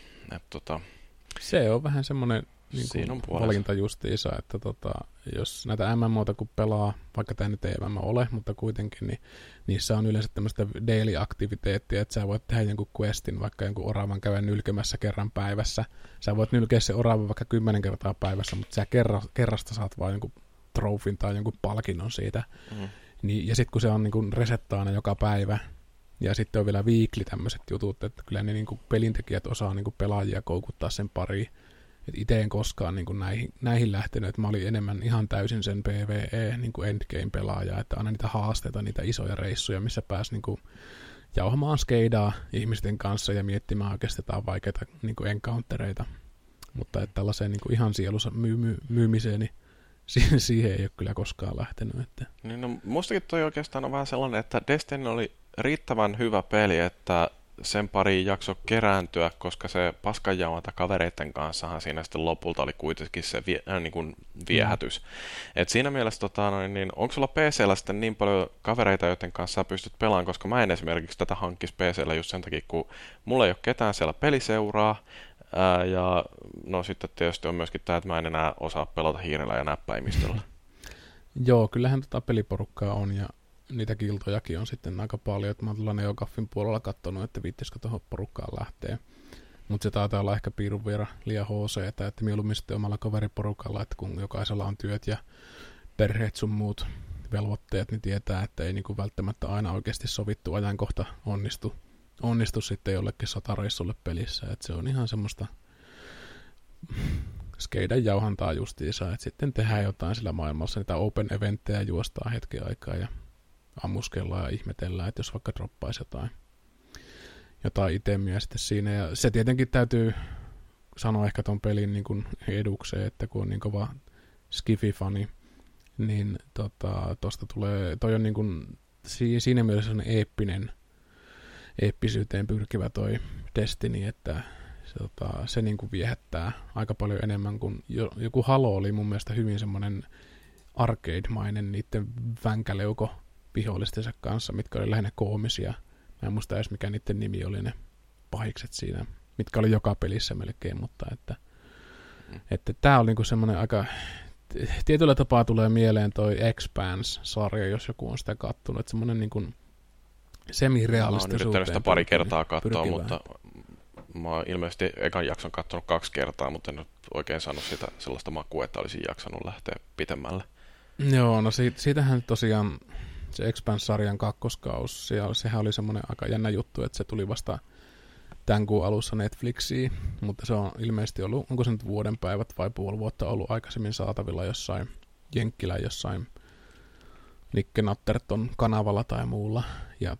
[SPEAKER 2] se on vähän semmoinen niin valinta justiinsa, että jos näitä MMOta kun pelaa, vaikka tämä nyt ei MMO ole, mutta kuitenkin, niin niissä on yleensä tämmöistä daily-aktiviteettia, että sä voit tehdä jonkun questin, vaikka jonkun oravan käydä nylkemässä kerran päivässä. Sä voit nylkeä se oravan vaikka 10 kertaa päivässä, mutta sä kerrasta saat vaan jonkun trofin tai jonkun palkinnon siitä. Niin, ja sitten kun se on niin resettaana joka päivä, ja sitten on vielä weekly tämmöiset jutut, että kyllä ne niin pelintekijät osaa niin pelaajia koukuttaa sen pariin. Itse en koskaan niin näihin lähtenyt, että mä olin enemmän ihan täysin sen PvE niin endgame-pelaaja, että aina niitä haasteita, niitä isoja reissuja, missä pääsi niin jauhamaan skeidaa ihmisten kanssa ja miettimään oikeasti jotain vaikeita niin encountereita. Mutta että tällaiseen niin ihan sielussa myymiseen, niin siihen ei ole kyllä koskaan lähtenyt. Että.
[SPEAKER 1] Niin, no, mustakin toi oikeastaan on vähän sellainen, että Destiny oli riittävän hyvä peli, että sen pariin jakso kerääntyä, koska se paskanjauhanta kavereiden kanssahan siinä sitten lopulta oli kuitenkin se niin kuin viehätys. Et siinä mielessä, niin onko sulla PC:llä sitten niin paljon kavereita, joiden kanssa sä pystyt pelaamaan, koska mä en esimerkiksi tätä hankkisi PC:llä just sen takia, kun mulla ei ole ketään siellä peliseuraa, ja no sitten tietysti on myöskin tämä, että mä en enää osaa pelata hiirellä ja näppäimistöllä.
[SPEAKER 2] Joo, kyllähän peliporukkaa on ja niitä kiltojakin on sitten aika paljon, että mä oon tuolla Neogaffin puolella katsonut, että viittisikö tuohon porukkaan lähtee. Mutta se taitaa olla ehkä piirun vielä liian HC, että mieluummin sitten omalla kaveriporukalla, että kun jokaisella on työt ja perheet sun muut velvoitteet, niin tietää, että ei niinku välttämättä aina oikeasti sovittu ajankohta onnistu sitten jollekin sotareissulle pelissä. Että se on ihan semmoista skeidan jauhantaa justiinsa, että sitten tehdään jotain sillä maailmassa, niitä open-eventtejä juostaa hetken aikaa ja ammuskellaan ja ihmetellään, että jos vaikka droppaisi jotain itemiä sitten siinä. Ja se tietenkin täytyy sanoa ehkä ton pelin niin kuin edukseen, että kun on niin kova skifi-fani, niin tosta tulee, toi on niin kuin, siinä mielessä on eeppisyyteen pyrkivä toi Destiny, että se niin kuin viehättää aika paljon enemmän kuin joku Halo oli mun mielestä hyvin semmoinen arcade-mainen niiden vänkäleuko vihollistensa kanssa, mitkä oli lähinnä koomisia. Mä en muista edes mikä niiden nimi oli ne pahikset siinä, mitkä oli joka pelissä melkein, mutta että tää oli niinku semmoinen aika tietyllä tapaa tulee mieleen toi Expanse-sarja, jos joku on sitä kattonut, että semmoinen niinku semi-realistisuuteen. Mä oon yrittänyt sitä
[SPEAKER 1] pari kertaa katsoa, mutta mä oon ilmeisesti ekan jakson katsonut 2 kertaa, mutta en ole oikein saanut sitä sellaista makua, että olisin jaksanut lähteä pitemmälle.
[SPEAKER 2] Joo, no siitähän tosiaan se Expanse-sarjan kakkoskaus, sehän oli semmoinen aika jännä juttu, että se tuli vasta tämän kuun alussa Netflixiin, mutta se on ilmeisesti ollut, onko se nyt vuoden päivät vai puoli vuotta ollut aikaisemmin saatavilla jossain Jenkkilän jossain Nick Natterton kanavalla tai muulla, ja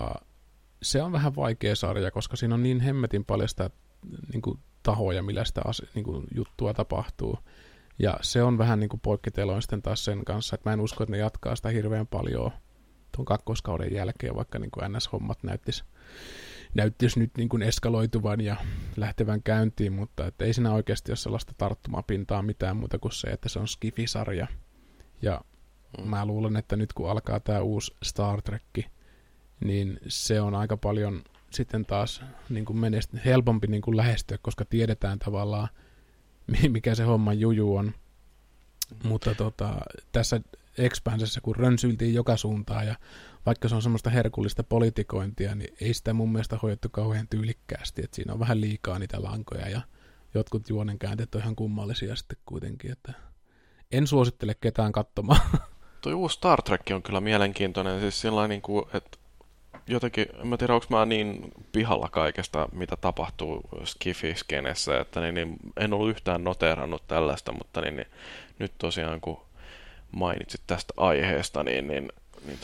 [SPEAKER 2] se on vähän vaikea sarja, koska siinä on niin hemmetin paljon sitä niin kuin tahoja, millä sitä niin kuin juttua tapahtuu. Ja se on vähän niin kuin poikkiteloin sitten taas sen kanssa, että mä en usko, että ne jatkaa sitä hirveän paljon tuon kakkoskauden jälkeen, vaikka niin kuin NS-hommat näyttisi nyt niin kuin eskaloituvan ja lähtevän käyntiin, mutta että ei siinä oikeasti ole sellaista tarttumapintaa mitään muuta kuin se, että se on Skifi-sarja. Ja mä luulen, että nyt kun alkaa tämä uusi Star Trek, niin se on aika paljon sitten taas niin kuin helpompi niin kuin lähestyä, koska tiedetään tavallaan, mikä se homman juju on. Mutta tässä Expansessa, kun rönsyiltiin joka suuntaan ja vaikka se on semmoista herkullista politikointia, niin ei sitä mun mielestä hoidettu kauhean tyylikkäästi, että siinä on vähän liikaa niitä lankoja ja jotkut juonenkäänteet on ihan kummallisia sitten kuitenkin, että en suosittele ketään katsomaan.
[SPEAKER 1] Tuo uusi Star Trek on kyllä mielenkiintoinen, siis sellainen, että jotenkin, en mä tiedä, onko mä niin pihalla kaikesta, mitä tapahtuu Skifi-skenessä, että niin, en ollut yhtään noteerannut tällaista, mutta niin, nyt tosiaan kun mainitsit tästä aiheesta, niin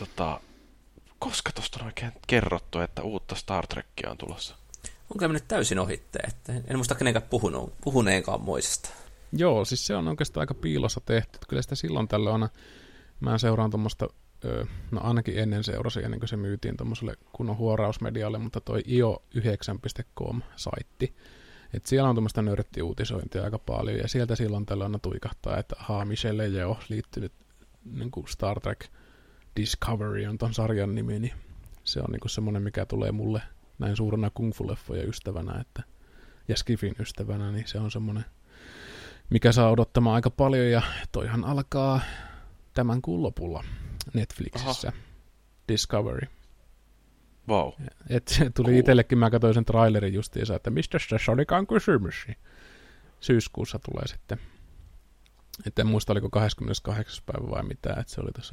[SPEAKER 1] koska tuosta on oikein kerrottu, että uutta Star Trekkia on tulossa?
[SPEAKER 3] Onko mennyt täysin ohitte, että en muista kenenkään puhuneenkaan moisesta.
[SPEAKER 2] Joo, siis se on oikeastaan aika piilossa tehty. Kyllä sitä silloin tällä on, mä seuraan tuommoista, no ainakin ennen kuin se myytiin tuommoiselle kunnon huorausmedialle, mutta toi io9.com-saitti. Et siellä on tuommoista nörttiuutisointia aika paljon, ja sieltä silloin tällöin tuikahtaa, että Michelle Yeoh liittynyt niin kuin Star Trek Discovery on ton sarjan nimi, niin se on niin kuin semmoinen, mikä tulee mulle näin suurena kung-fu-leffoja ystävänä, ja Skifin ystävänä, niin se on semmoinen, mikä saa odottamaan aika paljon, ja toihan alkaa tämän kuun lopulla Netflixissä. Aha. Discovery.
[SPEAKER 1] Wow.
[SPEAKER 2] Se tuli itsellekin, mä katsoin sen trailerin justiinsa, että mistä tässä olikaan kysymys. Syyskuussa tulee sitten. Et en muista, oliko 28. päivä vai mitä, että se oli tässä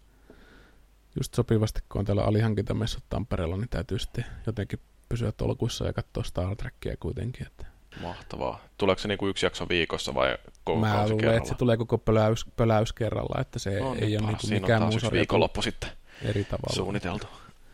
[SPEAKER 2] just sopivasti, kun on täällä alihankintamessut Tampereella, niin täytyy sitten jotenkin pysyä tolkuissa ja katsoa Star Trekkiä kuitenkin. Että.
[SPEAKER 1] Mahtavaa. Tuleeko se niinku yksi jakso viikossa vai koko kausi kerralla? Mä
[SPEAKER 2] luulen, että se tulee koko pöläys kerralla, että se
[SPEAKER 1] no,
[SPEAKER 2] ei ole niinku
[SPEAKER 1] mikään muu sarja. Viikonloppu sitten
[SPEAKER 2] eri tavalla
[SPEAKER 1] suunniteltu.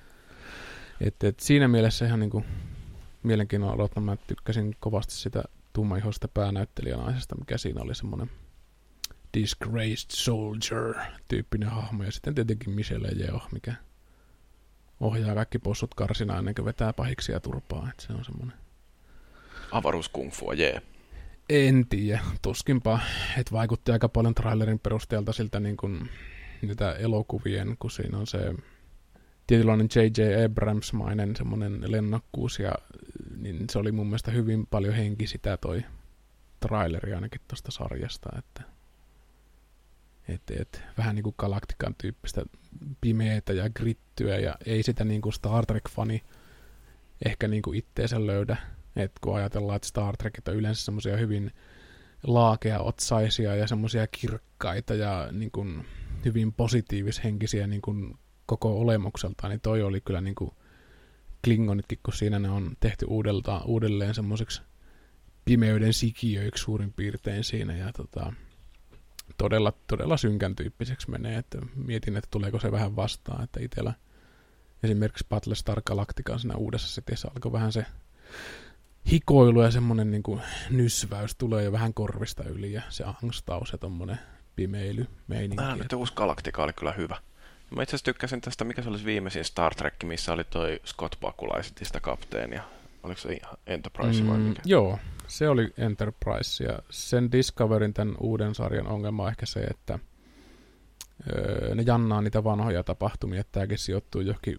[SPEAKER 2] Et siinä mielessä ihan niinku mielenkiinnolla odotan. Mä tykkäsin kovasti sitä tummaihoista päänäyttelijänaisesta, mikä siinä oli semmoinen disgraced soldier-tyyppinen hahmo. Ja sitten tietenkin Michelle Yeoh, mikä ohjaa kaikki possut karsinaan ennen kuin vetää pahiksia turpaa. Et se on semmoinen
[SPEAKER 1] avaruuskungfua, jee.
[SPEAKER 2] En tiedä, tuskinpa. Et vaikutti aika paljon trailerin perusteelta siltä niin kuin niitä elokuvien, kun siinä on se tietynlainen J.J. Abrams-mainen semmoinen lennokkuus, ja niin se oli mun mielestä hyvin paljon henki sitä toi traileri ainakin tuosta sarjasta, että vähän niin kuin Galactican tyyppistä pimeätä ja grittyä, ja ei sitä niin kuin Star Trek-fani ehkä niin kuin itteensä löydä, että kun ajatellaan, että Star Trekit on yleensä semmoisia hyvin laakea-otsaisia ja semmoisia kirkkaita ja niin kuin hyvin positiivishenkisiä niin kuin koko olemukseltaan, niin toi oli kyllä niin kuin Klingonitkin, kun siinä ne on tehty uudelleen semmoiseksi pimeyden sikiöiksi suurin piirtein siinä, ja todella synkän tyyppiseksi menee, että mietin, että tuleeko se vähän vastaan, että itsellä esimerkiksi Battlestar Galactican siinä uudessa setissä alkoi vähän se hikoilu ja semmoinen niin kuin nysväys tulee jo vähän korvista yli, ja se angstaus ja tommonen pimeily meininki.
[SPEAKER 1] Nyt uusi Galactica oli kyllä hyvä. Mä itse asiassa tykkäsin tästä, mikä se olisi viimeisin Star Trek, missä oli toi Scott Bakula esitti sitä kapteenia. Oliko se ihan Enterprise vai mikä?
[SPEAKER 2] Joo, se oli Enterprise, ja sen Discoverin tämän uuden sarjan ongelma on ehkä se, että ne jannaa niitä vanhoja tapahtumia, että tämäkin sijoittuu johonkin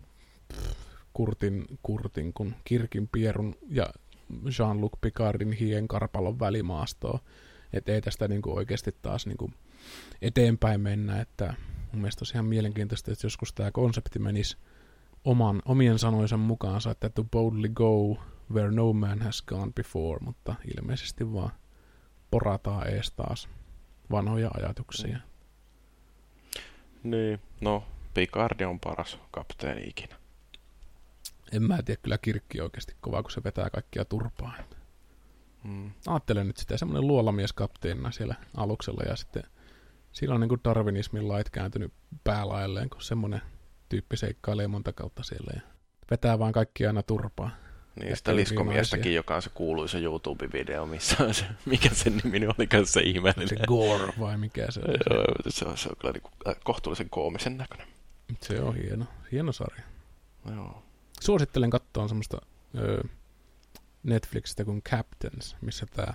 [SPEAKER 2] Kurtin kun Kirkin Pierun ja Jean-Luc Picardin hienkarpalon välimaastoon. Että ei tästä niinku oikeasti taas niinku eteenpäin mennä, että mun mielestä olisi ihan mielenkiintoista, että joskus tämä konsepti menisi omien sanoisen mukaansa, että to boldly go where no man has gone before, mutta ilmeisesti vaan porataan ees taas vanhoja ajatuksia.
[SPEAKER 1] Niin, no Picard on paras kapteeni ikinä.
[SPEAKER 2] En mä tiedä, kyllä Kirkki oikeasti kovaa, kun se vetää kaikkia turpaa. Ajattelen nyt sitä semmoinen luolamies kapteenina siellä aluksella, ja sitten siinä on niin kuin darwinismin lait kääntynyt päälaelleen, kun semmoinen tyyppi seikkailee monta kautta siellä ja vetää vaan kaikki aina turpaa.
[SPEAKER 1] Niin, sitä liskomiestäkin, joka on se kuuluisa YouTube-video, missä on se, mikä sen nimi olikaan se ihmeellinen.
[SPEAKER 2] Se Gore vai mikä se on?
[SPEAKER 1] Se on kyllä niin kuin kohtuullisen koomisen näköinen.
[SPEAKER 2] Se on hieno sarja.
[SPEAKER 1] Joo.
[SPEAKER 2] Suosittelen katsoa semmoista Netflixistä kuin Captains, missä tämä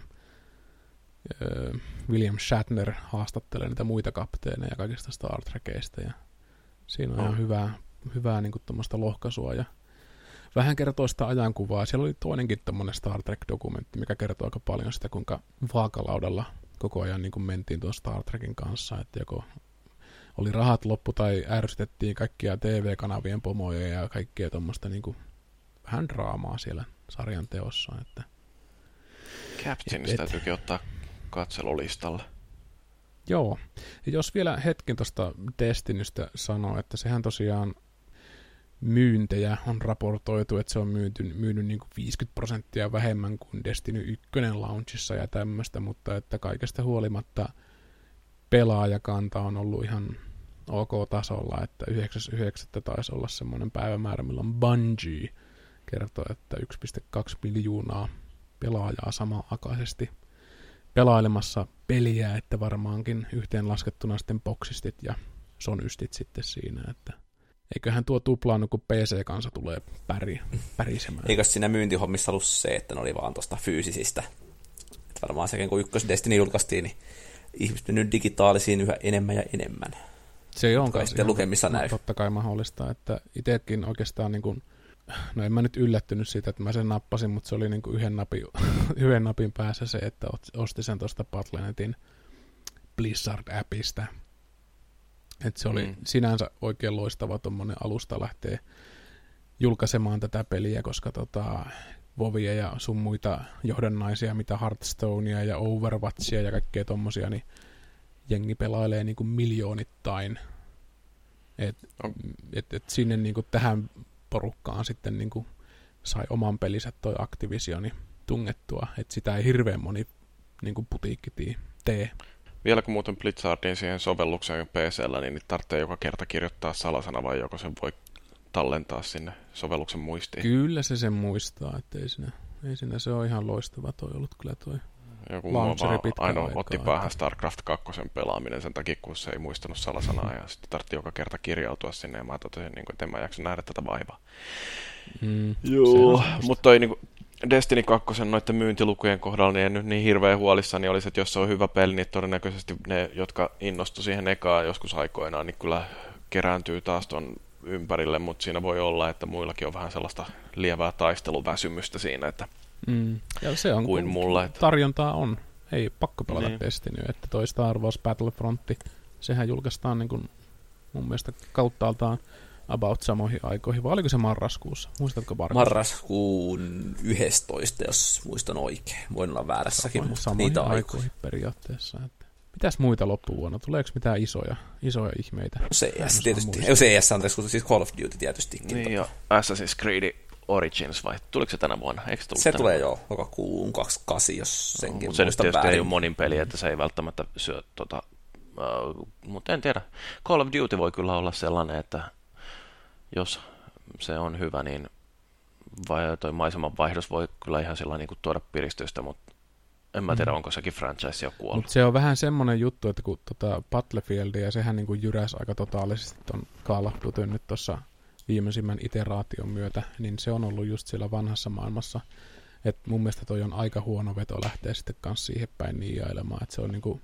[SPEAKER 2] William Shatner haastattelee niitä muita kapteeneja kaikista Star Trekeistä, ja siinä on ihan hyvää niin kuin tuommoista lohkaisua ja vähän kertoo sitä ajankuvaa. Siellä oli toinenkin tommoinen Star Trek-dokumentti, mikä kertoo aika paljon sitä, kuinka vaakalaudalla koko ajan niin kuin mentiin tuon Star Trekin kanssa, että joko oli rahat loppu tai ärsytettiin kaikkia TV-kanavien pomoja ja kaikkea tuommoista niin kuin vähän draamaa siellä sarjan teossa. Että
[SPEAKER 1] Captainista täytyykin ottaa katselulistalle.
[SPEAKER 2] Joo. Ja jos vielä hetken tuosta Destinystä sanoo, että sehän tosiaan myyntejä on raportoitu, että se on myynyt niin kuin 50% vähemmän kuin Destiny 1 launchissa ja tämmöistä, mutta että kaikesta huolimatta pelaajakanta on ollut ihan ok-tasolla, että 9.9. taisi olla semmoinen päivämäärä, milloin Bungie kertoo, että 1,2 miljoonaa pelaajaa samanaikaisesti pelailemassa peliä, että varmaankin yhteenlaskettuna sitten boxistit ja sonystit sitten siinä, että eiköhän tuo tuplaannut, kun PC-kansa tulee pärisemään.
[SPEAKER 3] Eikö siinä myyntihommissa ollut se, että ne oli vaan tuosta fyysisistä? Että varmaan sekin, kun ykkös Destiny julkaistiin, niin ihmiset nyt digitaalisiin yhä enemmän ja enemmän.
[SPEAKER 2] Se on kai
[SPEAKER 3] sitten lukemissa näy.
[SPEAKER 2] Totta kai mahdollista, että itsekin oikeastaan niin kuin, no en mä nyt yllättynyt siitä, että mä sen nappasin, mutta se oli niin kuin yhden napin päässä se, että osti sen tuosta Battle.netin Blizzard-appista. Että se oli sinänsä oikein loistava tommonen alusta lähtee julkaisemaan tätä peliä, koska Vovia ja sun muita johdannaisia, mitä Hearthstonea ja Overwatchia ja kaikkea tommosia, niin jengi pelailee niinku miljoonittain. Et sinne niinku tähän porukkaan sitten niinku sai oman pelinsä toi Activisioni tungettua, että sitä ei hirveän moni niinku putiikki tee.
[SPEAKER 1] Vielä kun muuten Blizzardin siihen sovellukseen PC:llä, niin tarvitsee joka kerta kirjoittaa salasana vai joko sen voi tallentaa sinne sovelluksen muistiin?
[SPEAKER 2] Kyllä se sen muistaa, että ei siinä se on ihan loistava toi ollut kyllä toi.
[SPEAKER 1] Joku mua vaan ainoa otti päähän StarCraft 2 pelaaminen sen takia, kun se ei muistanut salasanaa ja sitten tarvitsi joka kerta kirjautua sinne ja mä totesin, että en mä jaksa nähdä tätä vaivaa. Joo, mutta toi niin Destiny 2 noiden myyntilukujen kohdalla niin en nyt niin hirveän huolissani olisi, että jos se on hyvä peli, niin todennäköisesti ne, jotka innostu siihen ekaan joskus aikoinaan, niin kyllä kerääntyy taas ton ympärille, mutta siinä voi olla, että muillakin on vähän sellaista lievää taisteluväsymystä siinä, että
[SPEAKER 2] ja se on
[SPEAKER 1] kuin mulla. Että
[SPEAKER 2] tarjontaa on. Ei pakko pelata Destiny, että toi Star Wars Battlefrontti, sehän julkaistaan niin kuin mun mielestä kauttaaltaan about samoihin aikoihin, vai oliko se marraskuussa? Muistatko Markus?
[SPEAKER 3] Marraskuun 11, jos muistan oikein. Voin olla väärässäkin, mutta niitä
[SPEAKER 2] aikoihin periaatteessa. Että mitäs muita loppuvuonna? Tuleeko mitään isoja ihmeitä?
[SPEAKER 3] CS tietysti. CS on siis Call of Duty tietystikin.
[SPEAKER 1] Niin ja Assassin's Creed Origins vai tuliko se tänä vuonna? Eikö
[SPEAKER 3] se tulee jo lokakuun 28, jos senkin muistan
[SPEAKER 1] se nyt tietysti
[SPEAKER 3] väärin.
[SPEAKER 1] ei ole monin peli, että se ei välttämättä syö mutta en tiedä. Call of Duty voi kyllä olla sellainen, että jos se on hyvä, niin toi maiseman vaihdos voi kyllä ihan sellainen niin tuoda piristystä, mutta en mä tiedä, onko sekin franchise jo kuollut.
[SPEAKER 2] Mutta se on vähän semmoinen juttu, että kun Battlefieldia, sehän niin kuin jyräsi aika totaalisesti ton Call of Dutyn nyt tuossa viimeisimmän iteraation myötä, niin se on ollut just siellä vanhassa maailmassa. Että mun mielestä toi on aika huono veto lähteä sitten kanssa siihen päin niiailemaan, että se on niinku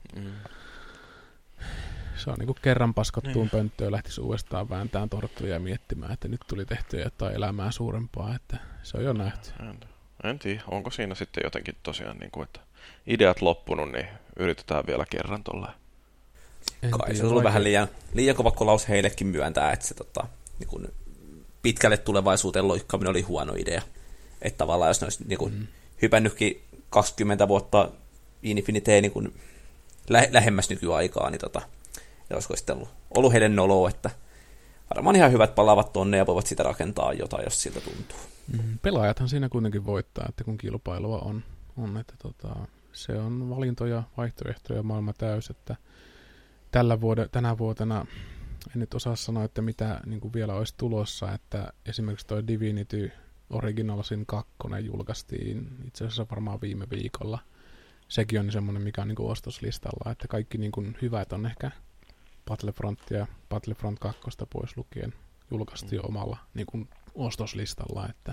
[SPEAKER 2] se on niinku kerran paskottuun pönttöön lähtisi uudestaan vääntämään torttuja ja miettimään, että nyt tuli tehtyä jotain elämää suurempaa, että se on jo nähty.
[SPEAKER 1] En tiedä, onko siinä sitten jotenkin tosiaan, niin kuin, että ideat loppunut, niin yritetään vielä kerran tolleen.
[SPEAKER 3] Kai se on ollut vähän liian kova kolaus heillekin myöntää, että se niin kuin pitkälle tulevaisuuteen loikkaaminen oli huono idea. Että tavallaan jos ne olisi niin kuin hypännytkin 20 vuotta Infiniteen niin kuin lähemmäs nykyaikaa, niin olisiko sitten ollut heille noloa, että varmaan ihan hyvät palaavat tonne ja voivat sitä rakentaa jotain, jos siltä tuntuu.
[SPEAKER 2] Pelaajathan siinä kuitenkin voittaa, että kun kilpailua on että se on valintoja, vaihtoehtoja maailma täys, että tänä vuotena en nyt osaa sanoa, että mitä niin kuin vielä olisi tulossa, että esimerkiksi toi Divinity Original Sin 2 julkaistiin itse asiassa varmaan viime viikolla. Sekin on semmoinen, mikä on niin kuin ostoslistalla, että kaikki niin kuin hyvät on ehkä Battlefront ja Battlefront 2 pois lukien julkaistiin omalla niin kuin ostoslistalla, että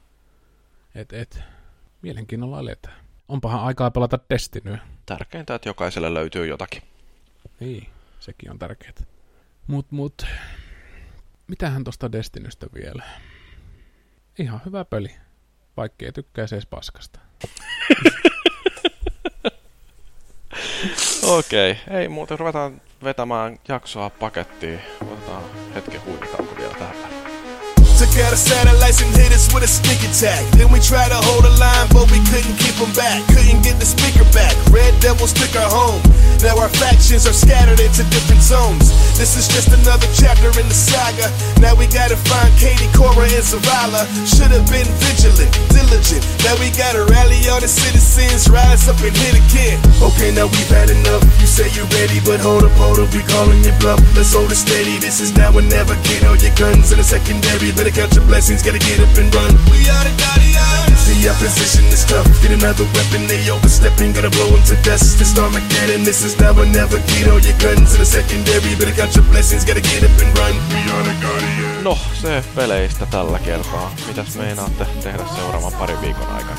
[SPEAKER 2] mielenkiinnolla eletään. Onpahan aikaa pelata Destinyä.
[SPEAKER 1] Tärkeintä, että jokaiselle löytyy jotakin.
[SPEAKER 2] Niin, sekin on tärkeää. Mut, mitähän tosta Destinystä vielä? Ihan hyvä peli, vaikka ei tykkäisi edes paskasta.
[SPEAKER 1] Okei, ei muuten ruvetaan vetämään jaksoa pakettiin. Otetaan hetken huinitauko vielä tähän väliin.
[SPEAKER 4] Took out the satellites and hit us with a sneak attack. Then we tried to hold a line, but we couldn't keep them back. Couldn't get the speaker back. Red Devils took our home. Now our factions are scattered into different zones. This is just another chapter in the saga. Now we gotta find Katie, Cora, and Zavala. Should have been vigilant, diligent. Now we gotta rally all the citizens, rise up and hit again. Okay, now we've had enough. You say you're ready, but hold up, we calling your bluff. Let's hold it steady. This is now or never. Get all your guns in the secondary. Better count your blessings, gotta get up and run. We are the Guardians. The opposition is tough. Get another weapon, they overstepping. Gotta blow them to dust. This Armageddon. This is now or never. Get all your guns in the secondary. Better count your blessings, gotta get up and run. We are the Guardians.
[SPEAKER 1] No, se peleistä tällä kertaa. Mitäs meinaatte tehdä seuraavan parin viikon aikana?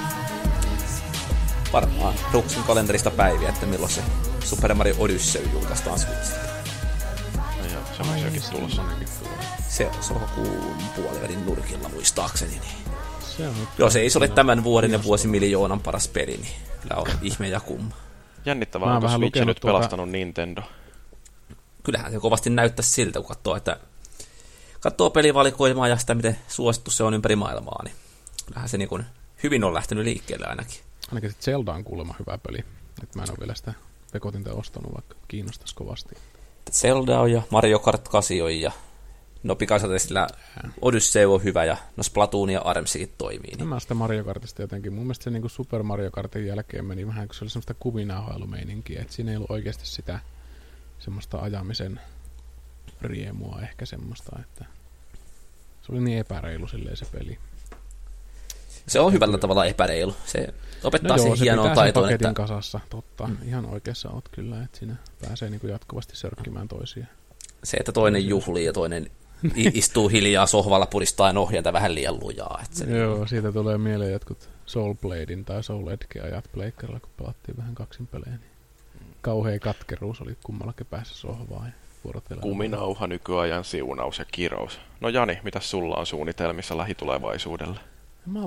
[SPEAKER 3] Varmaan Ruxin kalenterista päiviä, että milloin se Super Mario Odyssey julkaistaan Switchistä.
[SPEAKER 1] Ja semmoisiakin tulossa.
[SPEAKER 3] Se on sokakuun puolivälin nurkilla muistaakseni. Niin. Jos ei se ole tämän vuoden ja vuosimiljoonan paras peli, niin kyllä on ihme ja kumma.
[SPEAKER 1] Jännittävää, onko Switch nyt pelastanut Nintendo?
[SPEAKER 3] Kyllähän se kovasti näyttäisi siltä, kun katsoo pelivalikoimaa ja sitä, miten suosittu se on ympäri maailmaa, niin kyllähän se niin kuin hyvin on lähtenyt liikkeelle ainakin.
[SPEAKER 2] Ainakin se Zelda on kuulemma hyvä peli. Et mä en ole vielä sitä pekotinta ostanut, vaikka kiinnostaisi kovasti.
[SPEAKER 3] Zelda on ja Mario Kart 8 on ja no pikaisesti sillä Odyssey on hyvä ja no Splatoon ja Armsikin toimii. Niin.
[SPEAKER 2] Mä sitä Mario Kartista jotenkin. Mun mielestä se niin kuin Super Mario Kartin jälkeen meni vähän, kun se oli semmoista kuvinauhailumeininkiä. Että siinä ei ollut oikeasti sitä semmoista ajamisen riemua ehkä semmoista, että se oli niin epäreilu silleen se peli.
[SPEAKER 3] Se on hyvällä tavalla epäreilu. Se opettaa siihen hienoon taitoon.
[SPEAKER 2] Paketin kasassa, totta. Ihan oikeassa oot kyllä, että siinä pääsee niin kuin jatkuvasti sörkkimään toisia.
[SPEAKER 3] Se, että toinen juhlii ja toinen istuu hiljaa sohvalla pudistaen ohjanta vähän liian lujaa.
[SPEAKER 2] Joo, siitä tulee mieleen jotkut Soul Bladein tai Soul Edge-ajat pleikkarilla, kun pelattiin vähän kaksin pelejä. Niin kauhea katkeruus oli kummallakin päässä sohvaa ja vuorotella.
[SPEAKER 1] Kuminauha, nykyajan siunaus ja kirous. No Jani, mitäs sulla on suunnitelmissa lähitulevaisuudelle?
[SPEAKER 2] Mä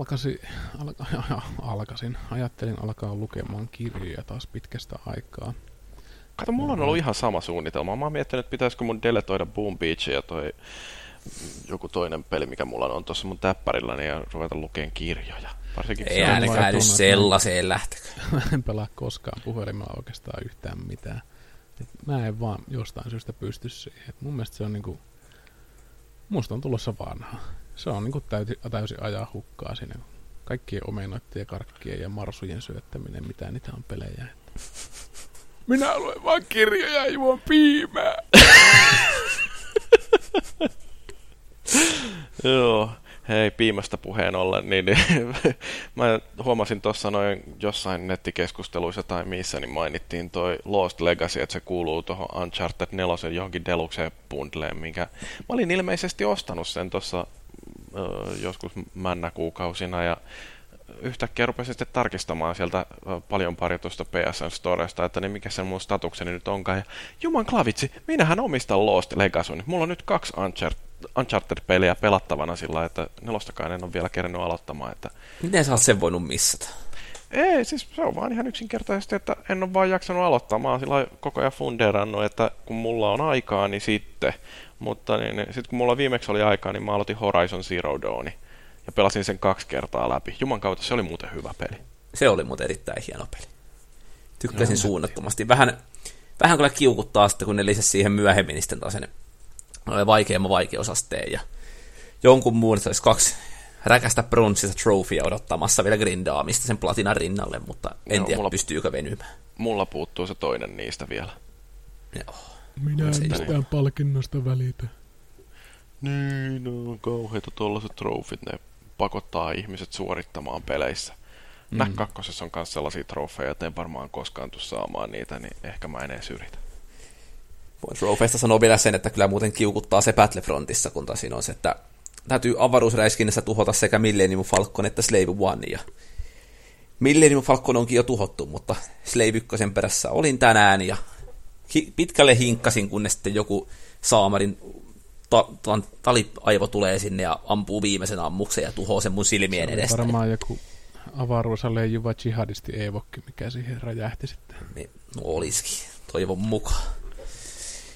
[SPEAKER 2] ajattelin alkaa lukemaan kirjoja taas pitkästä aikaa.
[SPEAKER 1] Kato, mulla on ollut ihan sama suunnitelma. Mä oon miettinyt, että pitäisikö mun deletoida Boom Beach ja toi joku toinen peli, mikä mulla on tuossa mun täppärilläni ja ruveta lukeen kirjoja.
[SPEAKER 3] Ei älkää nyt sellaiseen lähtekö.
[SPEAKER 2] Mä en pelaa koskaan puhelimella oikeastaan yhtään mitään. Mä en vaan jostain syystä pysty siihen. Mun mielestä se on niinku, musta on tulossa vanha. Se on niinku täysin ajaa hukkaa siinä. Kaikkien omenoittien, karkkien ja marsujen syöttäminen, mitä niitä on pelejä. Minä luen vaan kirjoja ja juon piimää.
[SPEAKER 1] Joo, hei, piimästä puheen ollen, niin mä huomasin tuossa noin jossain nettikeskusteluissa tai missä, niin mainittiin toi Lost Legacy, että se kuuluu tuohon Uncharted 4 johonkin Deluxe bundleen, minkä mä olin ilmeisesti ostanut sen tuossa joskus männäkuukausina ja yhtäkkiä rupesin sitten tarkistamaan sieltä paljon parjatusta PSN Storesta, että niin mikä sen mun statukseni nyt onkaan. Ja juman klavitsi, minähän omistan Lost Legacyn. Mulla on nyt 2 Uncharted-peliä pelattavana sillä, että 4:stakaan en ole vielä kerännyt aloittamaan. Että
[SPEAKER 3] miten sä oot sen voinut missata?
[SPEAKER 1] Ei, siis se on vaan ihan yksinkertaisesti, että en ole vaan jaksanut aloittaa. Mä oon sillä koko ajan fundeerannut, että kun mulla on aikaa, niin sitten. Mutta niin, sitten kun mulla viimeksi oli aikaa, niin mä aloitin Horizon Zero Dawn. Ja pelasin sen 2 kertaa läpi. Juman kautta se oli muuten hyvä peli.
[SPEAKER 3] Se oli muuten erittäin hieno peli. Tykkäsin suunnattomasti. Vähän kyllä kiukuttaa sitten, kun ne lisäsi siihen myöhemmin niin sitten taas sen vaikeamman vaikeusasteen. Ja jonkun muun, että olisi 2 räkästä bronssista trofia odottamassa vielä grindaamista sen platinan rinnalle, mutta en tiedä, pystyykö venymään.
[SPEAKER 1] Mulla puuttuu se toinen niistä vielä.
[SPEAKER 3] Joo.
[SPEAKER 2] Minä en mistään palkinnosta välitä.
[SPEAKER 1] Niin, no kauheita tollaset trofit, ne pakottaa ihmiset suorittamaan peleissä. Näk 2 on myös sellaisia trofeja, että en varmaan koskaan tule saamaan niitä, niin ehkä mä en edes yritä.
[SPEAKER 3] Voin trofeista sanoa vielä sen, että kyllä muuten kiukuttaa se Battlefrontissa, kun taas siinä on se, että täytyy avaruusräiskinnässä tuhota sekä Millennium Falcon että Slave One. Ja Millennium Falcon onkin jo tuhottu, mutta Slave 1 perässä olin tänään ja pitkälle hinkkasin, kunnes sitten joku saamarin taliaivo tulee sinne ja ampuu viimeisen ammuksen ja tuhoaa sen mun silmien edestä.
[SPEAKER 2] Varmaan joku avaruudessa leijuva jihadisti Eevokki, mikä siihen räjähti sitten.
[SPEAKER 3] No olisikin, toivon mukaan.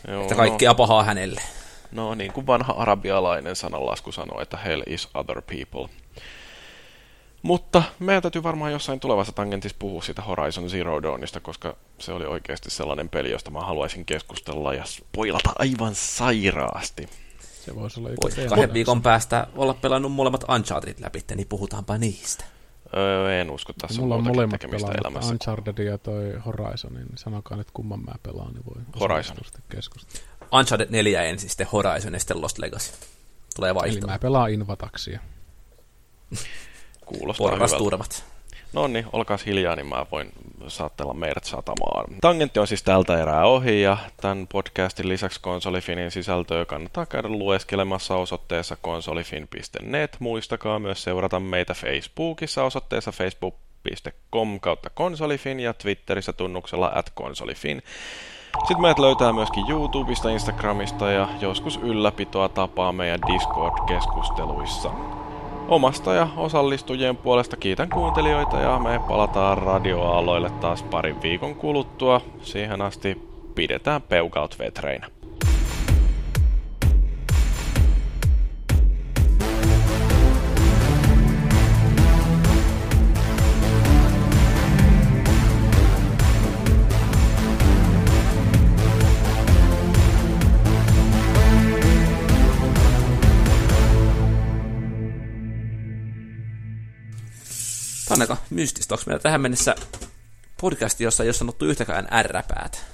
[SPEAKER 3] Joo, että kaikkea pahaa hänelle.
[SPEAKER 1] No niin kuin vanha arabialainen sananlasku sanoo, että hell is other people. Mutta meidän täytyy varmaan jossain tulevassa tangentissa puhua siitä Horizon Zero Dawnista, koska se oli oikeasti sellainen peli, josta mä haluaisin keskustella ja spoilata aivan sairaasti.
[SPEAKER 2] Se voisi olla
[SPEAKER 3] joku 2 viikon päästä olla pelannut molemmat Unchartedit läpi, niin puhutaanpa niistä.
[SPEAKER 1] En usko, tässä
[SPEAKER 2] mulla on molemmat
[SPEAKER 1] tekemistä elämässä.
[SPEAKER 2] Uncharted ja toi Horizon, niin sanokaa nyt kumman mä pelaan, niin voi
[SPEAKER 1] Horizon
[SPEAKER 2] keskustella.
[SPEAKER 3] Uncharted 4 ensin, sitten Horizon ja sitten Lost Legacy. Tulee vaihtoa.
[SPEAKER 2] Eli mä pelaan Invataksia.
[SPEAKER 1] Kuulostaa hyvältä. No niin, olkaas hiljaa, niin mä voin saattella meidät satamaan. Tangentti on siis tältä erää ohi, ja tämän podcastin lisäksi Konsolifinin sisältöä kannattaa käydä lueskelemassa osoitteessa konsolifin.net. Muistakaa myös seurata meitä Facebookissa osoitteessa facebook.com/konsolifin ja Twitterissä tunnuksella @konsolifin. Sitten meidät löytää myöskin YouTubesta, Instagramista ja joskus ylläpitoa tapaa meidän Discord-keskusteluissa. Omasta ja osallistujien puolesta kiitän kuuntelijoita ja me palataan radioaalloille taas parin viikon kuluttua. Siihen asti pidetään peukaut vetreinä.
[SPEAKER 3] Tämä on aika mystistä. Onko meillä tähän mennessä podcasti, jossa ei ole sanottu yhtäkään R-päätä?